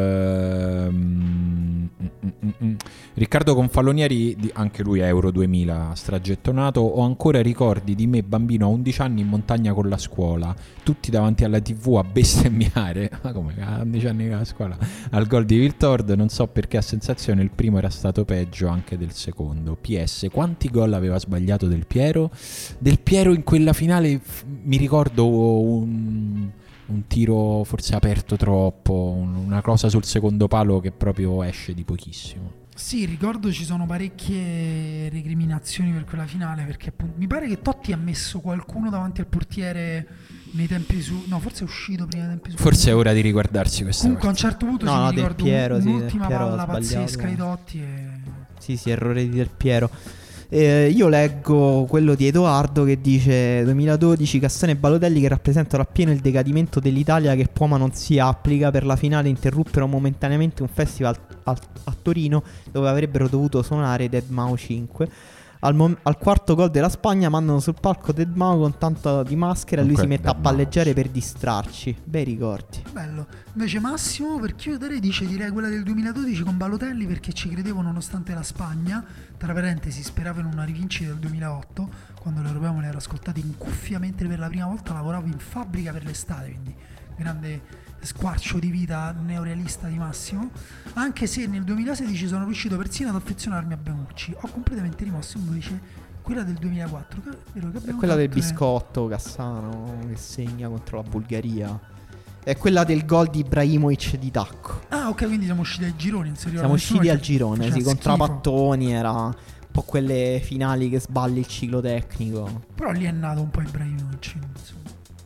Riccardo Confalonieri, anche lui è Euro 2000 stragettonato. Ho ancora ricordi di me bambino a 11 anni in montagna con la scuola, tutti davanti alla TV a bestemmiare. Ma come, a 11 anni con la scuola, al gol di Viltord. Non so perché a sensazione il primo era stato peggio anche del secondo. PS, quanti gol aveva sbagliato Del Piero? Del Piero in quella finale mi ricordo un tiro forse aperto troppo, una cosa sul secondo palo che proprio esce di pochissimo. Sì, ricordo ci sono parecchie recriminazioni per quella finale, perché appunto, mi pare che Totti ha messo qualcuno davanti al portiere nei tempi su... No, forse è uscito prima dei tempi su... Forse è ora di riguardarsi questa comunque partita. A un certo punto mi ricordo Piero, un'ultima palla pazzesca di Totti Sì, errore di Del Piero. Io leggo quello di Edoardo che dice 2012 Cassano e Balotelli che rappresentano appieno il decadimento dell'Italia, che può ma non si applica. Per la finale interruppero momentaneamente un festival a Torino dove avrebbero dovuto suonare Deadmau 5. Al quarto gol della Spagna mandano sul palco Deadmau con tanto di maschera e lui si mette a palleggiare per distrarci. Bei ricordi. Bello. Invece Massimo, per chiudere, dice direi quella del 2012 con Balotelli, perché ci credevo nonostante la Spagna, tra parentesi speravo in una rivincita del 2008 quando l'Europeo me l'ero ascoltato in cuffia mentre per la prima volta lavoravo in fabbrica per l'estate, quindi grande squarcio di vita neorealista di Massimo. Anche se nel 2016 sono riuscito persino ad affezionarmi a Bonucci, ho completamente rimosso invece quella del 2004, che quella del biscotto Cassano che segna contro la Bulgaria. È quella del gol di Ibrahimovic di tacco. Ah, ok, quindi siamo usciti ai gironi. Siamo usciti al girone, sì, contro Pattoni. Era un po' quelle finali che sballi il ciclo tecnico. Però lì è nato un po' Ibrahimovic, insomma.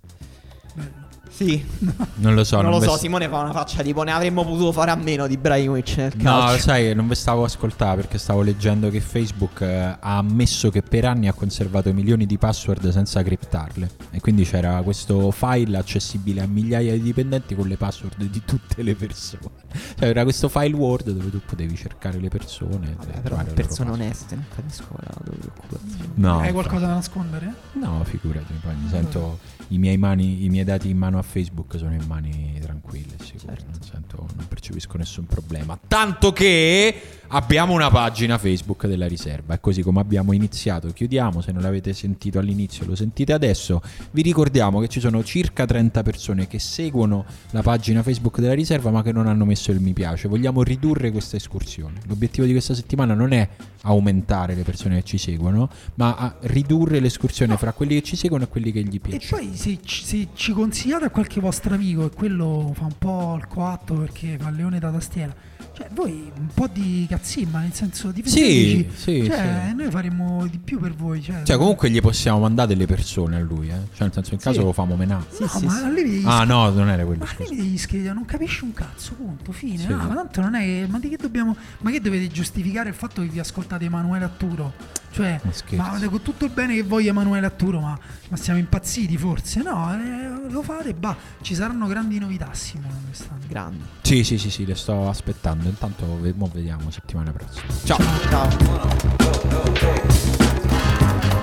Bello. Sì. Non lo so. Non lo so, Simone fa una faccia tipo ne avremmo potuto fare a meno di Ibrahimovic nel calcio. No, sai, non vi stavo ascoltando perché stavo leggendo che Facebook ha ammesso che per anni ha conservato milioni di password senza criptarle, e quindi c'era questo file accessibile a migliaia di dipendenti con le password di tutte le persone. Cioè era questo file Word dove tu potevi cercare le persone. Vabbè, però persone oneste, non capisco la preoccupazione. No, hai qualcosa da nascondere? No, figurati, poi mi sento i miei dati in mano a Facebook sono in mani tranquille, sicuro. Certo. Non percepisco nessun problema. Tanto che abbiamo una pagina Facebook della riserva, e così come abbiamo iniziato chiudiamo. Se non l'avete sentito all'inizio lo sentite adesso. Vi ricordiamo che ci sono circa 30 persone che seguono la pagina Facebook della riserva ma che non hanno messo il mi piace. Vogliamo ridurre questa escursione. L'obiettivo di questa settimana non è aumentare le persone che ci seguono, ma a ridurre l'escursione fra quelli che ci seguono e quelli che gli piace. E poi se ci consigliate a qualche vostro amico, e quello fa un po' il coatto perché fa il leone da tastiera, cioè voi un po' di cazzimma, nel senso difendeteci, sì, noi faremo di più per voi, cioè comunque gli possiamo mandare delle persone a lui, cioè nel senso in caso lo famo menare. Ma lì no, non era quello. Ma lì devi scrivere, non capisci un cazzo, punto, fine. Ma tanto non è, ma di che dobbiamo, ma che dovete giustificare il fatto che vi ascoltate Emanuele Atturo? Cioè, ma con tutto il bene che voglio Emanuele Atturo, ma siamo impazziti forse? No, lo fate, ci saranno grandi novità, Simone, quest'anno. Grandi. Sì, le sto aspettando. Intanto vediamo settimana prossima. Ciao. Ciao.